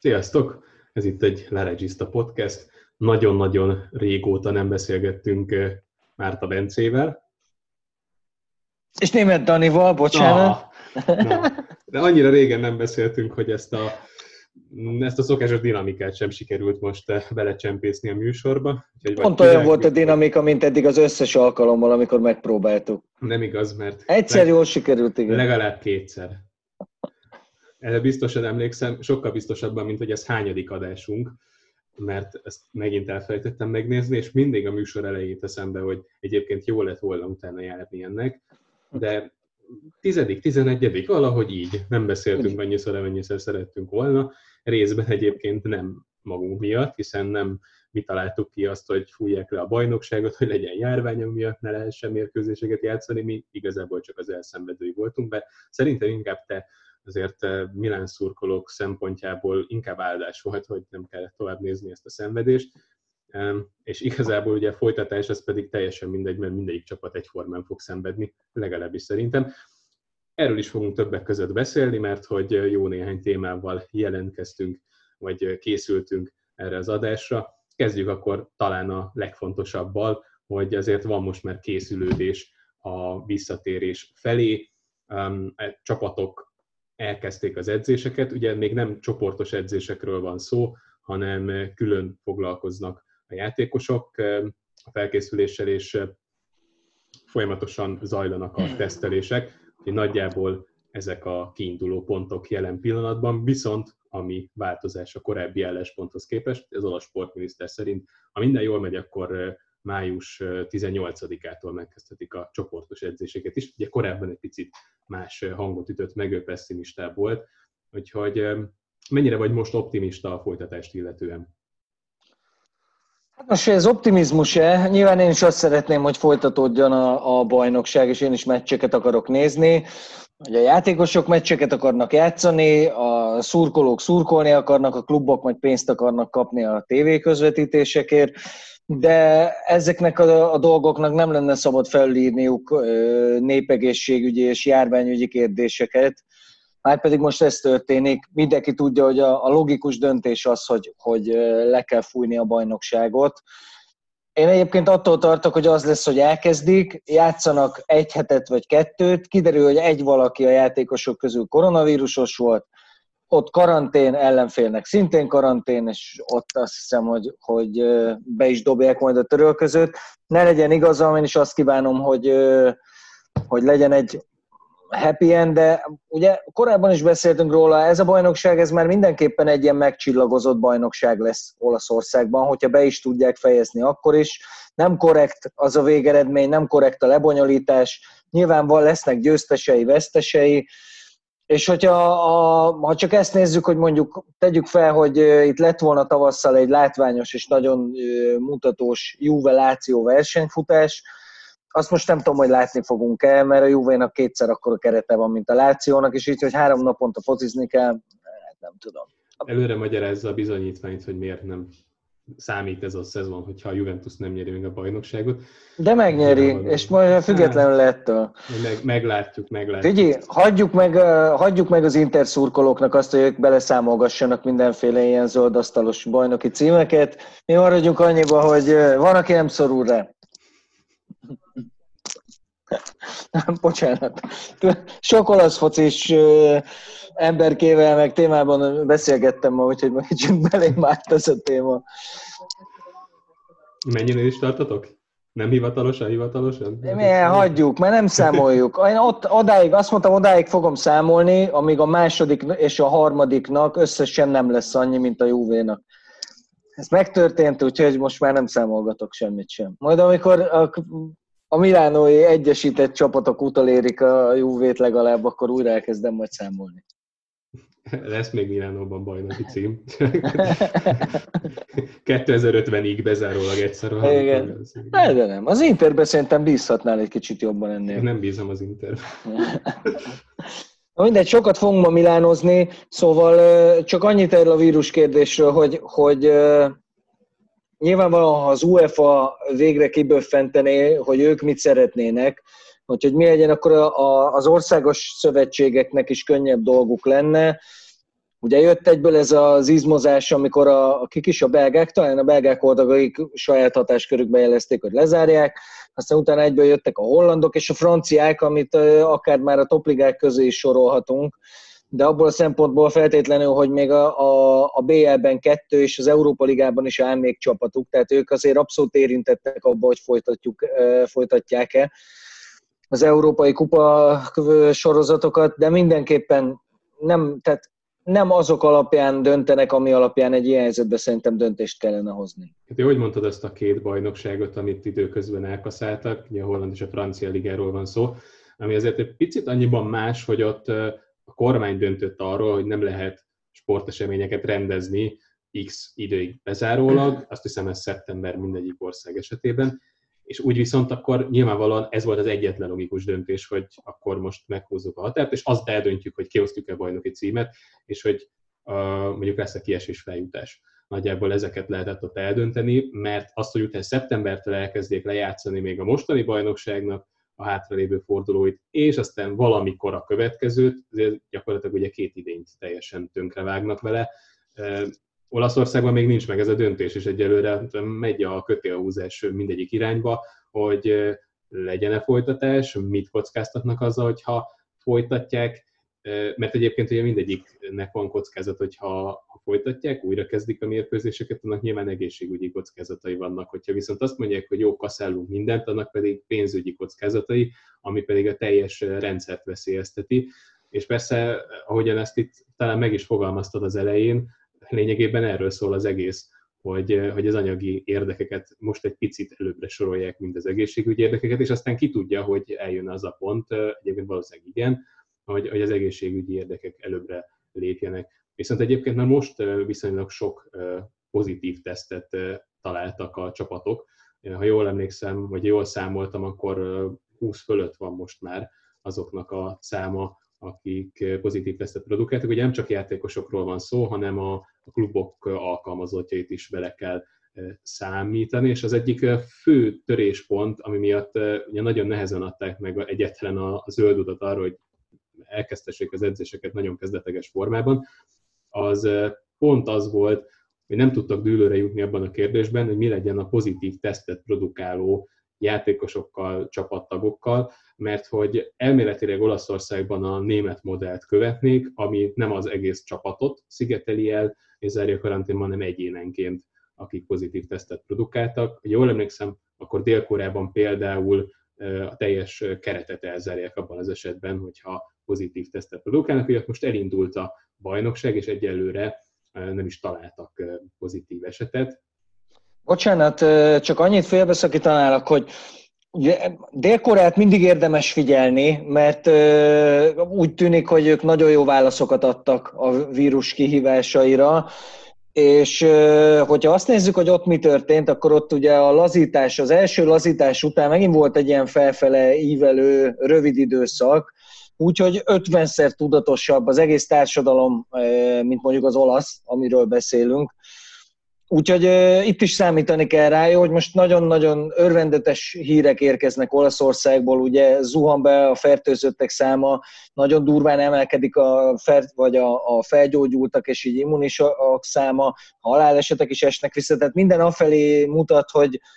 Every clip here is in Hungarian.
Sziasztok! Ez itt egy Leregiszta podcast. Nagyon-nagyon régóta nem beszélgettünk Márta Bencével. És Németh Danival, bocsánat. De annyira régen nem beszéltünk, hogy ezt a szokásos dinamikát sem sikerült most belecsempészni a műsorba. Pont olyan volt a dinamika, mint eddig az összes alkalommal, amikor megpróbáltuk. Nem igaz, mert... Egyszer jól sikerült, igen. Legalább kétszer. Erre biztosan emlékszem, sokkal biztosabban, mint hogy ez hányadik adásunk, mert ezt megint elfelejtettem megnézni, és mindig a műsor elején eszembe, hogy egyébként jó lett volna utána járni ennek, de 10., 11., valahogy így nem beszéltünk annyiszor, amennyiszer szerettünk volna, részben egyébként nem magunk miatt, hiszen nem mi találtuk ki azt, hogy fújják le a bajnokságot, hogy legyen járvány miatt, ne lehessen mérkőzéseket játszani, mi igazából csak az elszenvedői voltunk, de szerintem inkább te azért Milán szurkolók szempontjából inkább áldás volt, hogy nem kellett tovább nézni ezt a szenvedést, és igazából ugye a folytatás az pedig teljesen mindegy, mert mindegyik csapat egyformán fog szenvedni, legalábbis szerintem. Erről is fogunk többek között beszélni, mert hogy jó néhány témával jelentkeztünk, vagy készültünk erre az adásra. Kezdjük akkor talán a legfontosabbal, hogy azért van most már készülődés a visszatérés felé. A csapatok elkezdték az edzéseket, ugye még nem csoportos edzésekről van szó, hanem külön foglalkoznak a játékosok a felkészüléssel, és folyamatosan zajlanak a tesztelések, úgyhogy nagyjából ezek a kiinduló pontok jelen pillanatban, viszont ami változás a korábbi állásponthoz képest, az olasz sportminiszter szerint, ha minden jól megy, akkor május 18-ától megkezdhetik a csoportos edzéseket is. Ugye korábban egy picit más hangot ütött meg, ő pessimistább volt. Úgyhogy mennyire vagy most optimista a folytatást illetően? Hát most ez optimizmus-e? Nyilván én is azt szeretném, hogy folytatódjon a bajnokság, és én is meccseket akarok nézni. Ugye a játékosok meccseket akarnak játszani, a szurkolók szurkolni akarnak, a klubok majd pénzt akarnak kapni a tévéközvetítésekért, de ezeknek a dolgoknak nem lenne szabad felülírniuk népegészségügyi és járványügyi kérdéseket. Márpedig most ez történik. Mindenki tudja, hogy a logikus döntés az, hogy le kell fújni a bajnokságot. Én egyébként attól tartok, hogy az lesz, hogy elkezdik, játszanak 1 hetet vagy 2, kiderül, hogy egy valaki a játékosok közül koronavírusos volt, ott karantén, ellenfélnek szintén karantén, és ott azt hiszem, hogy be is dobják majd a törölközőt. Ne legyen igazam, én is azt kívánom, hogy legyen egy happy end, de ugye korábban is beszéltünk róla, ez a bajnokság, ez már mindenképpen egy ilyen megcsillagozott bajnokság lesz Olaszországban, hogyha be is tudják fejezni akkor is. Nem korrekt az a végeredmény, nem korrekt a lebonyolítás, nyilván lesznek győztesei, vesztesei, és ha csak ezt nézzük, hogy mondjuk tegyük fel, hogy itt lett volna tavasszal egy látványos és nagyon mutatós Juve-Láció versenyfutás, azt most nem tudom, hogy látni fogunk-e, mert a Juve-nak 2-szer akkora kerete van, mint a Lációnak, és így, hogy 3 naponta focizni kell, nem tudom. Előre magyarázza a bizonyítványt, hogy miért nem számít ez a szezon, hogyha a Juventus nem nyeri meg a bajnokságot. De megnyeri, és majd függetlenül ettől. Meglátjuk. Figyelj, hagyjuk meg az Inter szurkolóknak azt, hogy ők beleszámolgassanak mindenféle ilyen zöldasztalos bajnoki címeket. Mi maradjunk annyiba, hogy van, aki nem szorul rá. Bocsánat. Sok olasz focis emberkével, meg témában beszélgettem ma, úgyhogy majd csak belém állt ez a téma. Mennyire is tartatok? Nem hivatalosan? Hagyjuk, mert nem számoljuk. Én azt mondtam, odáig fogom számolni, amíg a második és a harmadiknak összesen nem lesz annyi, mint a Juvénak. Ez megtörtént, úgyhogy most már nem számolgatok semmit sem. Majd amikor a milánói egyesített csapatok utolérik a Juvét legalább, akkor újra elkezdem majd számolni. Lesz még Milánóban bajnoki cím. 2050-ig bezárólag egyszer. Igen. De nem. Az Interben szerintem bízhatnál egy kicsit jobban ennél. Nem bízom az Interben. Na mindegy, sokat fogunk ma milánozni, szóval csak annyit erről a vírus kérdésről, hogy nyilvánvalóan, ha az UEFA végre kiböffentené, hogy ők mit szeretnének, hogy mi legyen, akkor az országos szövetségeknek is könnyebb dolguk lenne. Ugye jött egyből ez az izmozás, amikor kik is a belgák, talán a belgák voltak, akik saját hatáskörükbe jelezték, hogy lezárják, aztán utána egyből jöttek a hollandok és a franciák, amit akár már a topligák közé is sorolhatunk, de abból a szempontból feltétlenül, hogy még a BL-ben 2 és az Európa Ligában is áll még csapatuk, tehát ők azért abszolút érintettek abba, hogy folytatják-e az Európai Kupa sorozatokat, de mindenképpen nem azok alapján döntenek, ami alapján egy ilyen helyzetben szerintem döntést kellene hozni. Hát, hogy mondtad azt a 2 bajnokságot, amit időközben elkaszáltak, ugye a holland és a francia ligáról van szó, ami azért egy picit annyiban más, hogy ott a kormány döntött arról, hogy nem lehet sporteseményeket rendezni X időig bezárólag, azt hiszem ez szeptember mindegyik ország esetében, és úgy viszont akkor nyilvánvalóan ez volt az egyetlen logikus döntés, hogy akkor most meghúzzuk a határt, és azt eldöntjük, hogy kiosztjuk a bajnoki címet, és hogy mondjuk lesz a kiesés feljutás. Nagyjából ezeket lehetett ott eldönteni, mert azt, hogy utána szeptembertől elkezdjék lejátszani még a mostani bajnokságnak a hátralévő fordulóit, és aztán valamikor a következőt, azért gyakorlatilag ugye 2 idényt teljesen tönkrevágnak vele. Olaszországban még nincs meg ez a döntés, és egyelőre megy a kötélhúzás mindegyik irányba, hogy legyen-e folytatás, mit kockáztatnak azzal, hogyha folytatják, mert egyébként ugye mindegyiknek van kockázat, hogyha folytatják, újra kezdik a mérkőzéseket, annak nyilván egészségügyi kockázatai vannak. Hogyha viszont azt mondják, hogy jó, kaszálunk mindent, annak pedig pénzügyi kockázatai, ami pedig a teljes rendszert veszélyezteti. És persze, ahogyan ezt itt talán meg is fogalmaztad az elején, lényegében erről szól az egész, hogy az anyagi érdekeket most egy picit előbbre sorolják, mint az egészségügyi érdekeket, és aztán ki tudja, hogy eljön az a pont, egyébként valószínűleg igen, hogy az egészségügyi érdekek előbbre lépjenek. Viszont egyébként már most viszonylag sok pozitív tesztet találtak a csapatok. Ha jól emlékszem, vagy jól számoltam, akkor 20 fölött van most már azoknak a száma, akik pozitív tesztet produkáltak. Ugye nem csak játékosokról van szó, hanem a klubok alkalmazottjait is bele kell számítani, és az egyik fő töréspont, ami miatt ugye nagyon nehezen adták meg egyetlen a zöld utat arra, hogy elkezdhessék az edzéseket nagyon kezdetleges formában, az pont az volt, hogy nem tudtak dűlőre jutni abban a kérdésben, hogy mi legyen a pozitív tesztet produkáló játékosokkal, csapattagokkal, mert hogy elméletileg Olaszországban a német modellt követnék, ami nem az egész csapatot szigeteli el, és zárja karanténban, hanem egyénenként, akik pozitív tesztet produkáltak. Ha jól emlékszem, akkor Dél-Koreában például a teljes keretet elzárják abban az esetben, hogyha pozitív tesztet produkálnak, hogy most elindult a bajnokság, és egyelőre nem is találtak pozitív esetet. Bocsánat, csak annyit félbeszakítanálak, hogy Dél-Koreát mindig érdemes figyelni, mert úgy tűnik, hogy ők nagyon jó válaszokat adtak a vírus kihívásaira, és hogyha azt nézzük, hogy ott mi történt, akkor ott ugye a lazítás, az első lazítás után megint volt egy ilyen felfele ívelő rövid időszak, úgyhogy 50-szer tudatosabb az egész társadalom, mint mondjuk az olasz, amiről beszélünk. Úgyhogy itt is számítani kell rá, hogy most nagyon-nagyon örvendetes hírek érkeznek Olaszországból, ugye zuhan be a fertőzöttek száma, nagyon durván emelkedik a felgyógyultak és így immunisok száma, halálesetek is esnek vissza, tehát minden afelé mutat,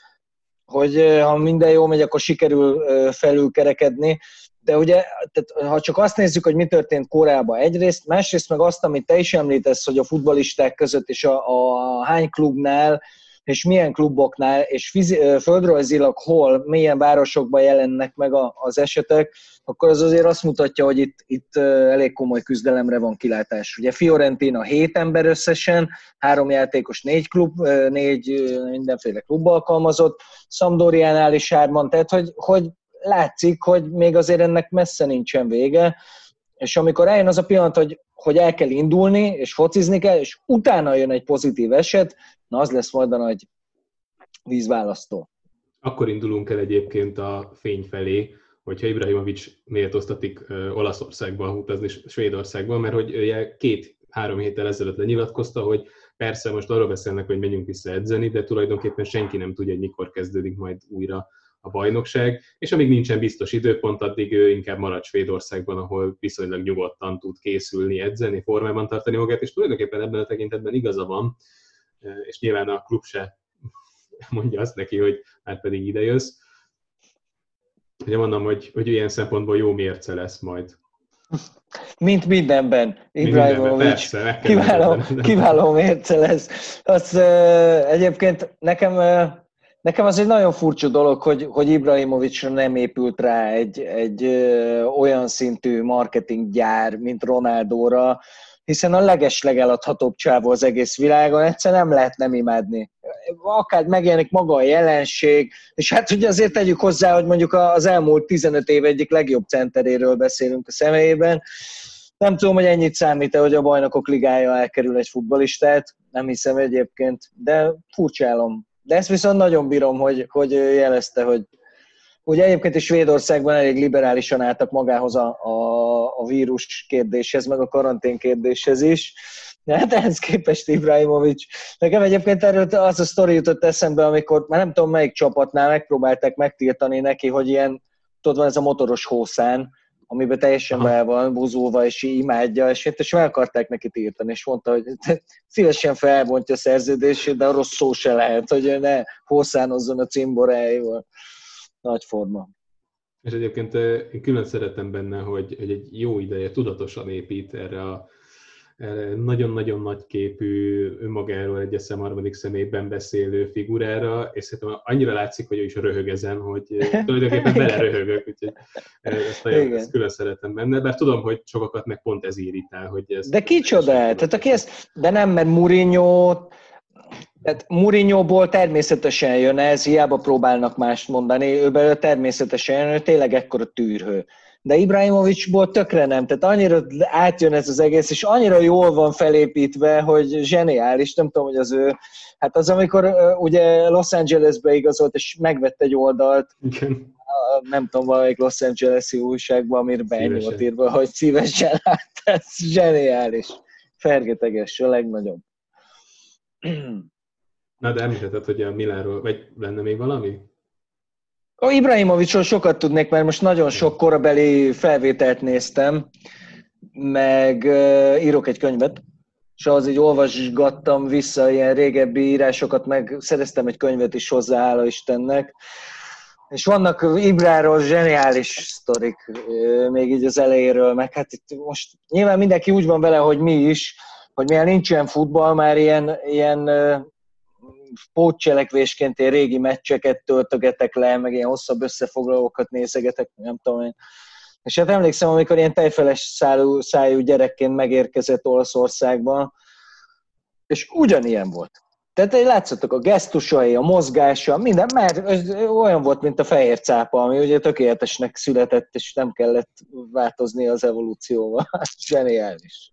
hogy ha minden jól megy, akkor sikerül felülkerekedni. De ugye, tehát, ha csak azt nézzük, hogy mi történt Koreában egyrészt, másrészt meg azt, amit te is említesz, hogy a futballisták között és a hány klubnál, és milyen kluboknál, és földrajzilag hol, milyen városokban jelennek meg az esetek, akkor az azért azt mutatja, hogy itt elég komoly küzdelemre van kilátás. Ugye Fiorentina 7 ember összesen, 3 játékos, 4 klub, 4 mindenféle klub alkalmazott, Sampdoriánál is 3, tehát hogy látszik, hogy még azért ennek messze nincsen vége, és amikor eljön az a pillanat, hogy el kell indulni, és focizni kell, és utána jön egy pozitív eset, na az lesz majd a nagy vízválasztó. Akkor indulunk el egyébként a fény felé, hogyha Ibrahimović méltóztatik Olaszországba utazni Svédországba, mert hogy ugye 2-3 héttel ezelőtt lenyilatkozta, hogy persze most arról beszélnek, hogy menjünk vissza edzeni, de tulajdonképpen senki nem tudja, hogy mikor kezdődik majd újra a bajnokság, és amíg nincsen biztos időpont, addig ő inkább marad Svédországban, ahol viszonylag nyugodtan tud készülni, edzeni, formában tartani magát, és tulajdonképpen ebben a tekintetben igaza van, és nyilván a klub se mondja azt neki, hogy már pedig ide jössz. Ugye mondom, hogy ilyen szempontból jó mérce lesz majd. Mint mindenben. Ibrahimović kiváló mérce lesz. Az, egyébként nekem az egy nagyon furcsa dolog, hogy Ibrahimovićra nem épült rá egy olyan szintű marketinggyár, mint Ronaldóra, hiszen a legeladhatóbb csávó az egész világon, egyszerűen nem lehet nem imádni. Akár megjelenik maga a jelenség, és hát ugye azért tegyük hozzá, hogy mondjuk az elmúlt 15 év egyik legjobb centeréről beszélünk a személyében. Nem tudom, hogy ennyit számít-e, hogy a Bajnokok Ligája elkerül egy futballistát, nem hiszem egyébként, de furcsálom. De ezt viszont nagyon bírom, hogy jelezte, hogy ugye egyébként is Svédországban elég liberálisan álltak magához a vírus kérdéshez, meg a karantén kérdéshez is. De hát ehhez képest Ibrahimović. Nekem egyébként erről az a sztori jutott eszembe, amikor már nem tudom melyik csapatnál megpróbálták megtiltani neki, hogy ilyen, tudod, van ez a motoros hószán, amiben teljesen be van buzulva, és imádja, és meg akarták neki tiltani, és mondta, hogy szívesen felbontja a szerződését, de arról szó se lehet, hogy ne hószánozzon a cimboráival. Nagy forma. És egyébként én külön szeretem benne, hogy egy jó ideje tudatosan épít erre nagyon-nagyon nagy képű, önmagáról egy harmadik személyben beszélő figurára, és szerintem annyira látszik, hogy ő is röhög ezen, hogy tulajdonképpen beleröhögök, úgyhogy ezt külön szeretem benne, bár tudom, hogy sokakat meg pont ez irritál, hogy ez... De kicsoda? Tehát aki ezt... De nem, mert Mourinhoból természetesen jön ez, hiába próbálnak mást mondani, ő belőle természetesen jön, ő tényleg ekkora tűrhő. De Ibrahimovićból tökre nem, tehát annyira átjön ez az egész, és annyira jól van felépítve, hogy zseniális, nem tudom, hogy az ő... Hát az, amikor ugye Los Angelesbe igazolt, és megvett egy oldalt, igen. Nem tudom, valamelyik Los Angeles-i újságban, amire ennyi volt írva, hogy szívesen lát, ez zseniális. Fergeteges, a legnagyobb. Na, de említetted, hogy a Milánról, vagy lenne még valami? Ibrahimovićról sokat tudnék, mert most nagyon sok korabeli felvételt néztem, meg írok egy könyvet, és ahhoz így olvasgattam vissza ilyen régebbi írásokat, meg szereztem egy könyvet is hozzá, hála Istennek. És vannak Ibráról zseniális sztorik, még így az elejéről, meg hát itt most nyilván mindenki úgy van vele, hogy mi is, hogy mivel nincs ilyen futball, már ilyen pótcselekvésként ilyen régi meccseket töltögetek le, meg ilyen hosszabb összefoglalókat nézegetek, nem tudom én. És hát emlékszem, amikor ilyen tejfeles szájú gyerekként megérkezett Olaszországba, és ugyanilyen volt. Tehát látszottak a gesztusai, a mozgása, minden, mert olyan volt, mint a fehér cápa, ami ugye tökéletesnek született, és nem kellett változni az evolúcióval. Zseniális.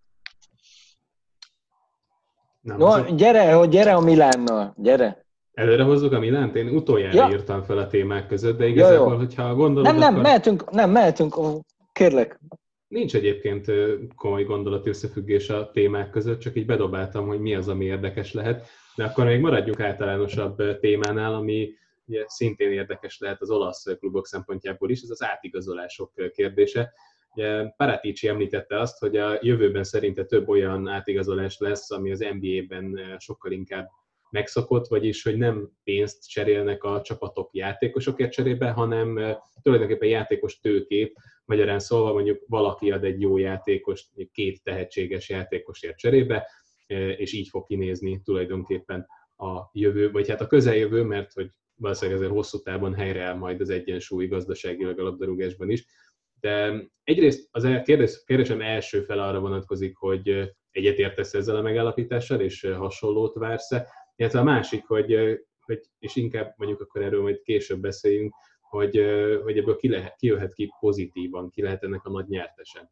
No, gyere a Milánnal, gyere. Előre hozzuk a Milánt? Én utoljára írtam fel a témák között, de igazából, hogyha gondolod... Nem, mehetünk, kérlek. Nincs egyébként komoly gondolati összefüggés a témák között, csak így bedobáltam, hogy mi az, ami érdekes lehet. De akkor még maradjuk általánosabb témánál, ami ugye szintén érdekes lehet az olasz klubok szempontjából is, ez az átigazolások kérdése. Paratici említette azt, hogy a jövőben szerinte több olyan átigazolás lesz, ami az NBA-ben sokkal inkább megszokott, vagyis hogy nem pénzt cserélnek a csapatok játékosokért cserébe, hanem tulajdonképpen játékos tőkét, magyarán szólva mondjuk valaki ad egy jó játékost, két tehetséges játékosért cserébe, és így fog kinézni tulajdonképpen a jövő, vagy hát a közeljövő, mert hogy valószínűleg ezért hosszú távon helyreáll majd az egyensúly gazdaságilag a labdarúgásban is. De egyrészt az kérdésem első fele arra vonatkozik, hogy egyetértesz ezzel a megállapítással, és hasonlót vársz-e, illetve a másik, hogy és inkább mondjuk akkor erről majd később beszéljünk, hogy ebből ki jöhet ki pozitívan, ki lehet ennek a nagy nyertese.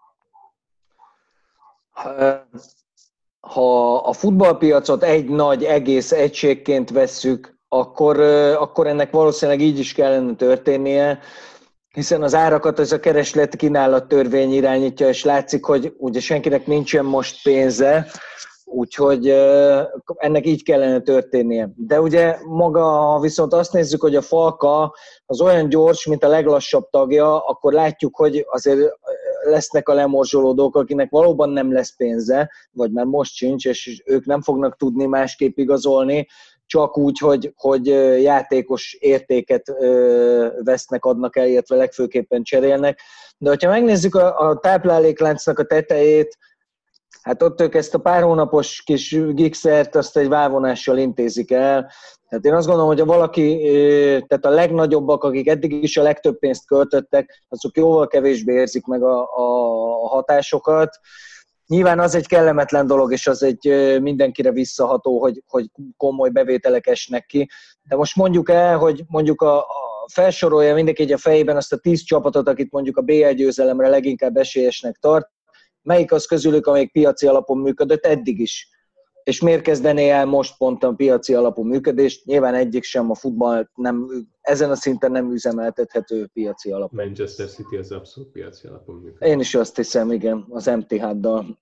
Ha a futballpiacot egy nagy egész egységként vesszük, akkor ennek valószínűleg így is kellene történnie, hiszen az árakat ez a kereslet-kínálat törvény irányítja, és látszik, hogy ugye senkinek nincsen most pénze, Úgyhogy ennek így kellene történnie. De ugye maga, viszont azt nézzük, hogy a Falka az olyan gyors, mint a leglassabb tagja, akkor látjuk, hogy azért lesznek a lemorzsolódók, akinek valóban nem lesz pénze, vagy már most sincs, és ők nem fognak tudni másképp igazolni, csak úgy, hogy játékos értéket vesznek, adnak el, illetve legfőképpen cserélnek. De ha megnézzük a táplálékláncnak a tetejét, hát ott ők ezt a pár hónapos kis gikszert azt egy válvonással intézik el. Tehát én azt gondolom, hogy ha valaki, tehát a legnagyobbak, akik eddig is a legtöbb pénzt költöttek, azok jóval kevésbé érzik meg a hatásokat. Nyilván az egy kellemetlen dolog, és az egy mindenkire visszaható, hogy komoly bevételek esnek ki. De most mondjuk el, hogy mondjuk felsorolja mindenki a fejében azt a 10 csapatot, akit mondjuk a BL győzelemre leginkább esélyesnek tart, melyik az közülük, amelyik piaci alapon működött eddig is? És miért kezdené el most pont a piaci alapú működést? Nyilván egyik sem, a futball nem, ezen a szinten nem üzemeltethető piaci alapon. Manchester City az abszolút piaci alapon működik. Én is azt hiszem, igen, az MTH-dal.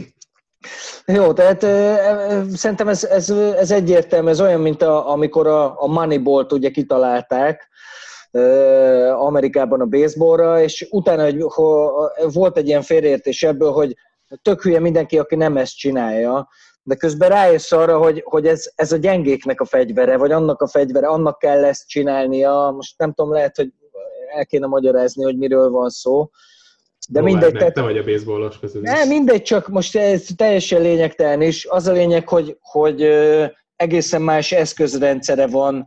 Jó, tehát szerintem ez egyértelmű, ez olyan, mint amikor a Moneyball-t ugye kitalálták, Amerikában a baseballra, és utána volt egy ilyen félreértés ebből, hogy tök hülye mindenki, aki nem ezt csinálja, de közben rájössz arra, hogy ez a gyengéknek a fegyvere, vagy annak a fegyvere, annak kell ezt csinálnia. Most nem tudom, lehet, hogy el kéne magyarázni, hogy miről van szó. De mindegy. Mert te vagy a baseballos közül. Nem, mindegy, csak most ez teljesen lényegtelen is. Az a lényeg, hogy egészen más eszközrendszere van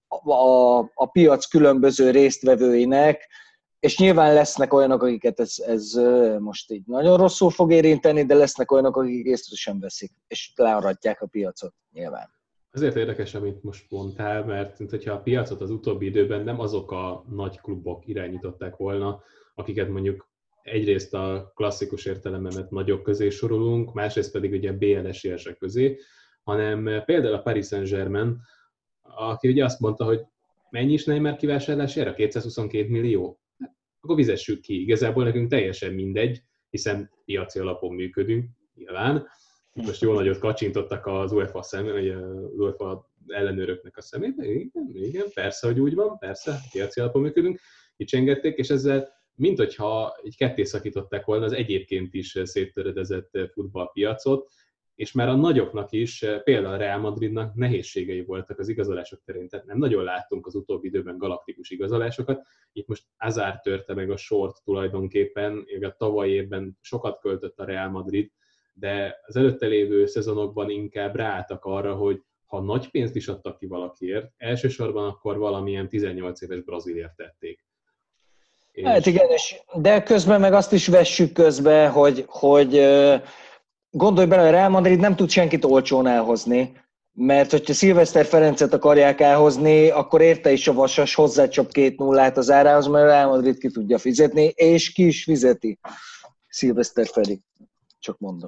a piac különböző résztvevőinek, és nyilván lesznek olyanok, akiket ez most így nagyon rosszul fog érinteni, de lesznek olyanok, akik észre sem veszik, és learadják a piacot nyilván. Azért érdekes, amit most mondtál, mert hogyha a piacot az utóbbi időben nem azok a nagy klubok irányították volna, akiket mondjuk egyrészt a klasszikus értelemben vett nagyok közé sorolunk, másrészt pedig ugye BL esélyesek közé, hanem például a Paris Saint-Germain, aki ugye azt mondta, hogy mennyi is Neymar kivásárlására? 222 millió? Akkor fizessük ki. Igazából nekünk teljesen mindegy, hiszen piaci alapon működünk, nyilván. Most jól nagyot kacsintottak az UEFA UEFA ellenőröknek a szemébe. Igen, persze, hogy úgy van, persze, piaci alapon működünk. Kicsengették, és ezzel minthogyha így ketté szakították volna az egyébként is széttöredezett futballpiacot, és már a nagyoknak is, például a Real Madridnak nehézségei voltak az igazolások terén, tehát nem nagyon láttunk az utóbbi időben galaktikus igazolásokat. Itt most Hazard törte meg a sort tulajdonképpen, a tavalyi évben sokat költött a Real Madrid, de az előtte lévő szezonokban inkább ráálltak arra, hogy ha nagy pénzt is adtak ki valakiért, elsősorban akkor valamilyen 18 éves brazilért tették. Hát igen, de közben meg azt is vessük közbe, hogy gondolj bele, a Real Madrid nem tud senkit olcsón elhozni, mert hogyha Szilveszter Ferencet akarják elhozni, akkor érte is a Vasas, hozzácsap 2-0-át az árához, mert a Real Madrid ki tudja fizetni, és ki is fizeti Szilveszter Feri. Csak mondom.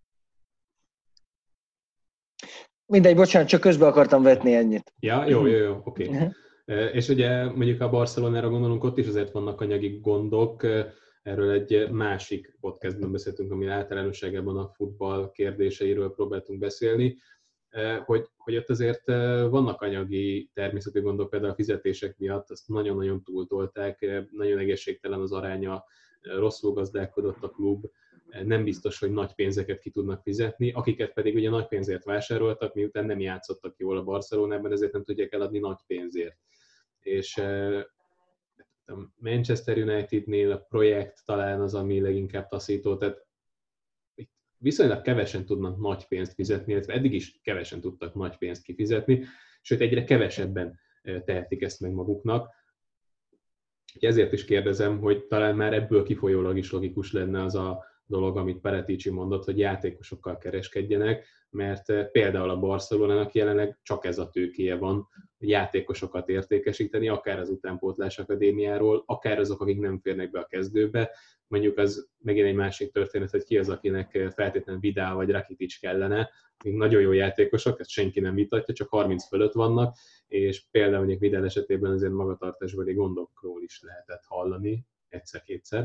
Mindegy, bocsánat, csak közben akartam vetni ennyit. Ja, jó, oké. És ugye mondjuk a Barcelonára gondolunk, ott is azért vannak anyagi gondok. Erről egy másik podcastban beszéltünk, ami általánosságában a futball kérdéseiről próbáltunk beszélni, hogy ott azért vannak anyagi természeti gondok, például a fizetések miatt, azt nagyon-nagyon túltolták, nagyon egészségtelen az aránya, rosszul gazdálkodott a klub, nem biztos, hogy nagy pénzeket ki tudnak fizetni, akiket pedig ugye nagy pénzért vásároltak, miután nem játszottak jól a Barcelonában, ezért nem tudják eladni nagy pénzért. És a Manchester Unitednél a projekt talán az, ami leginkább taszító, tehát viszonylag kevesen tudnak nagy pénzt fizetni, illetve eddig is kevesen tudtak nagy pénzt kifizetni, sőt egyre kevesebben tehetik ezt meg maguknak. Ezért is kérdezem, hogy talán már ebből kifolyólag is logikus lenne az a dolog, amit Paratici mondott, hogy játékosokkal kereskedjenek, mert például a Barcelonának jelenleg csak ez a tőkéje van, hogy játékosokat értékesíteni, akár az utánpótlás akadémiáról, akár azok, akik nem férnek be a kezdőbe. Mondjuk az megint egy másik történet, hogy ki az, akinek feltétlenül Vidal vagy Rakitic kellene, még nagyon jó játékosok, ezt senki nem vitatja, csak 30 fölött vannak, és például mondjuk Vidal esetében azért magatartásbeli gondokról is lehetett hallani egyszer-kétszer.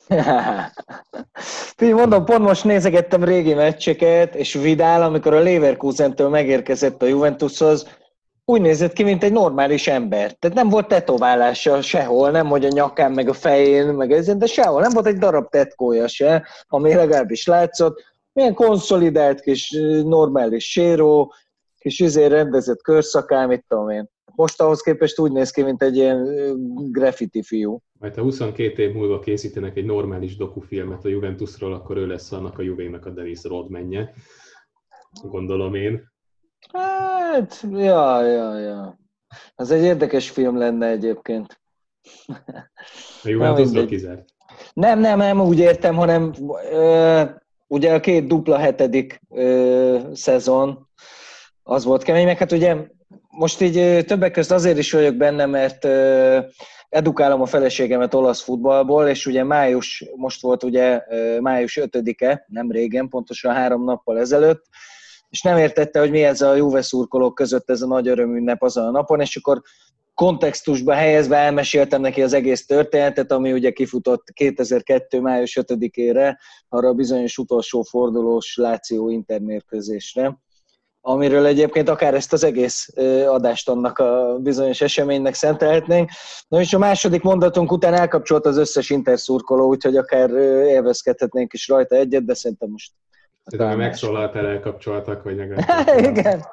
Mondom, pont most nézegettem régi meccseket, és Vidal, amikor a Leverkusentől megérkezett a Juventushoz, úgy nézett ki, mint egy normális ember. Tehát nem volt tetoválása sehol, nem hogy a nyakán, meg a fején, meg ezen, de sehol. Nem volt egy darab tetkója se, ami legalábbis látszott. Milyen konszolidált kis normális séró, kis rendezett körszakál, mit tudom én. Most ahhoz képest úgy néz ki, mint egy ilyen graffiti fiú. Majd ha 22 év múlva készítenek egy normális dokufilmet a Juventusról, akkor ő lesz annak a Juvénak a Dennis Rodmanje. Gondolom én. Hát, ja. Az egy érdekes film lenne egyébként. A Juventusról kizárt? Nem, úgy értem, hanem ugye a 2 dupla 7. Szezon, az volt kemény, meg hát ugye most így többek között azért is vagyok benne, mert edukálom a feleségemet olasz futballból, és ugye most volt ugye május 5-e, nem régen, pontosan 3 nappal ezelőtt, és nem értette, hogy mi ez a Juve szurkolók között ez a nagy örömünnep azon a napon, és akkor kontextusba helyezve elmeséltem neki az egész történetet, ami ugye kifutott 2002. május 5-ére, arra a bizonyos utolsó fordulós Láció Inter mérkőzésre, amiről egyébként akár ezt az egész adást annak a bizonyos eseménynek szentelhetnénk. Na és a második mondatunk után elkapcsolt az összes Inter szurkoló, úgyhogy akár élvezkedhetnénk is rajta egyet, de szerintem most... Tehát megszólaltál, elkapcsoltak, vagy legalább...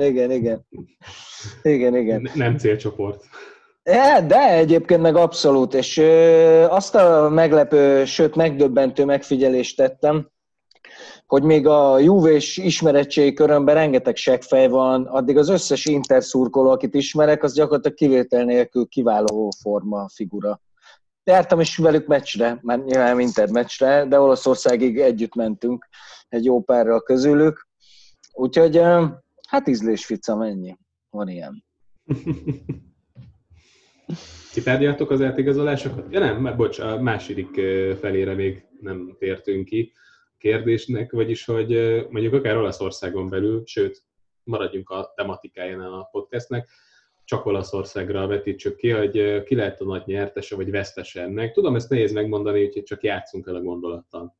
Igen. Nem célcsoport. De egyébként meg abszolút, és azt a meglepő, sőt megdöbbentő megfigyelést tettem, hogy még a Juve-s ismeretségi körömben rengeteg seggfej van, addig az összes Inter szurkoló, akit ismerek, az gyakorlatilag kivétel nélkül kiváló forma figura. Jártam is velük meccsre, már nyilván Inter meccsre, de Olaszországig együtt mentünk egy jó párral közülük. Úgyhogy hát ízlésfica, mennyi. Van ilyen. Ti tárgyaltok az átigazolásokat? Ja nem, bocs, a második felére még nem tértünk ki kérdésnek, vagyis, hogy mondjuk akár Olaszországon belül, sőt, maradjunk a tematikájánál a podcastnek, csak Olaszországra vetítsük ki, hogy ki lehet a nagy nyertese vagy vesztese ennek. Tudom, ezt nehéz megmondani, úgyhogy csak játszunk el a gondolattal.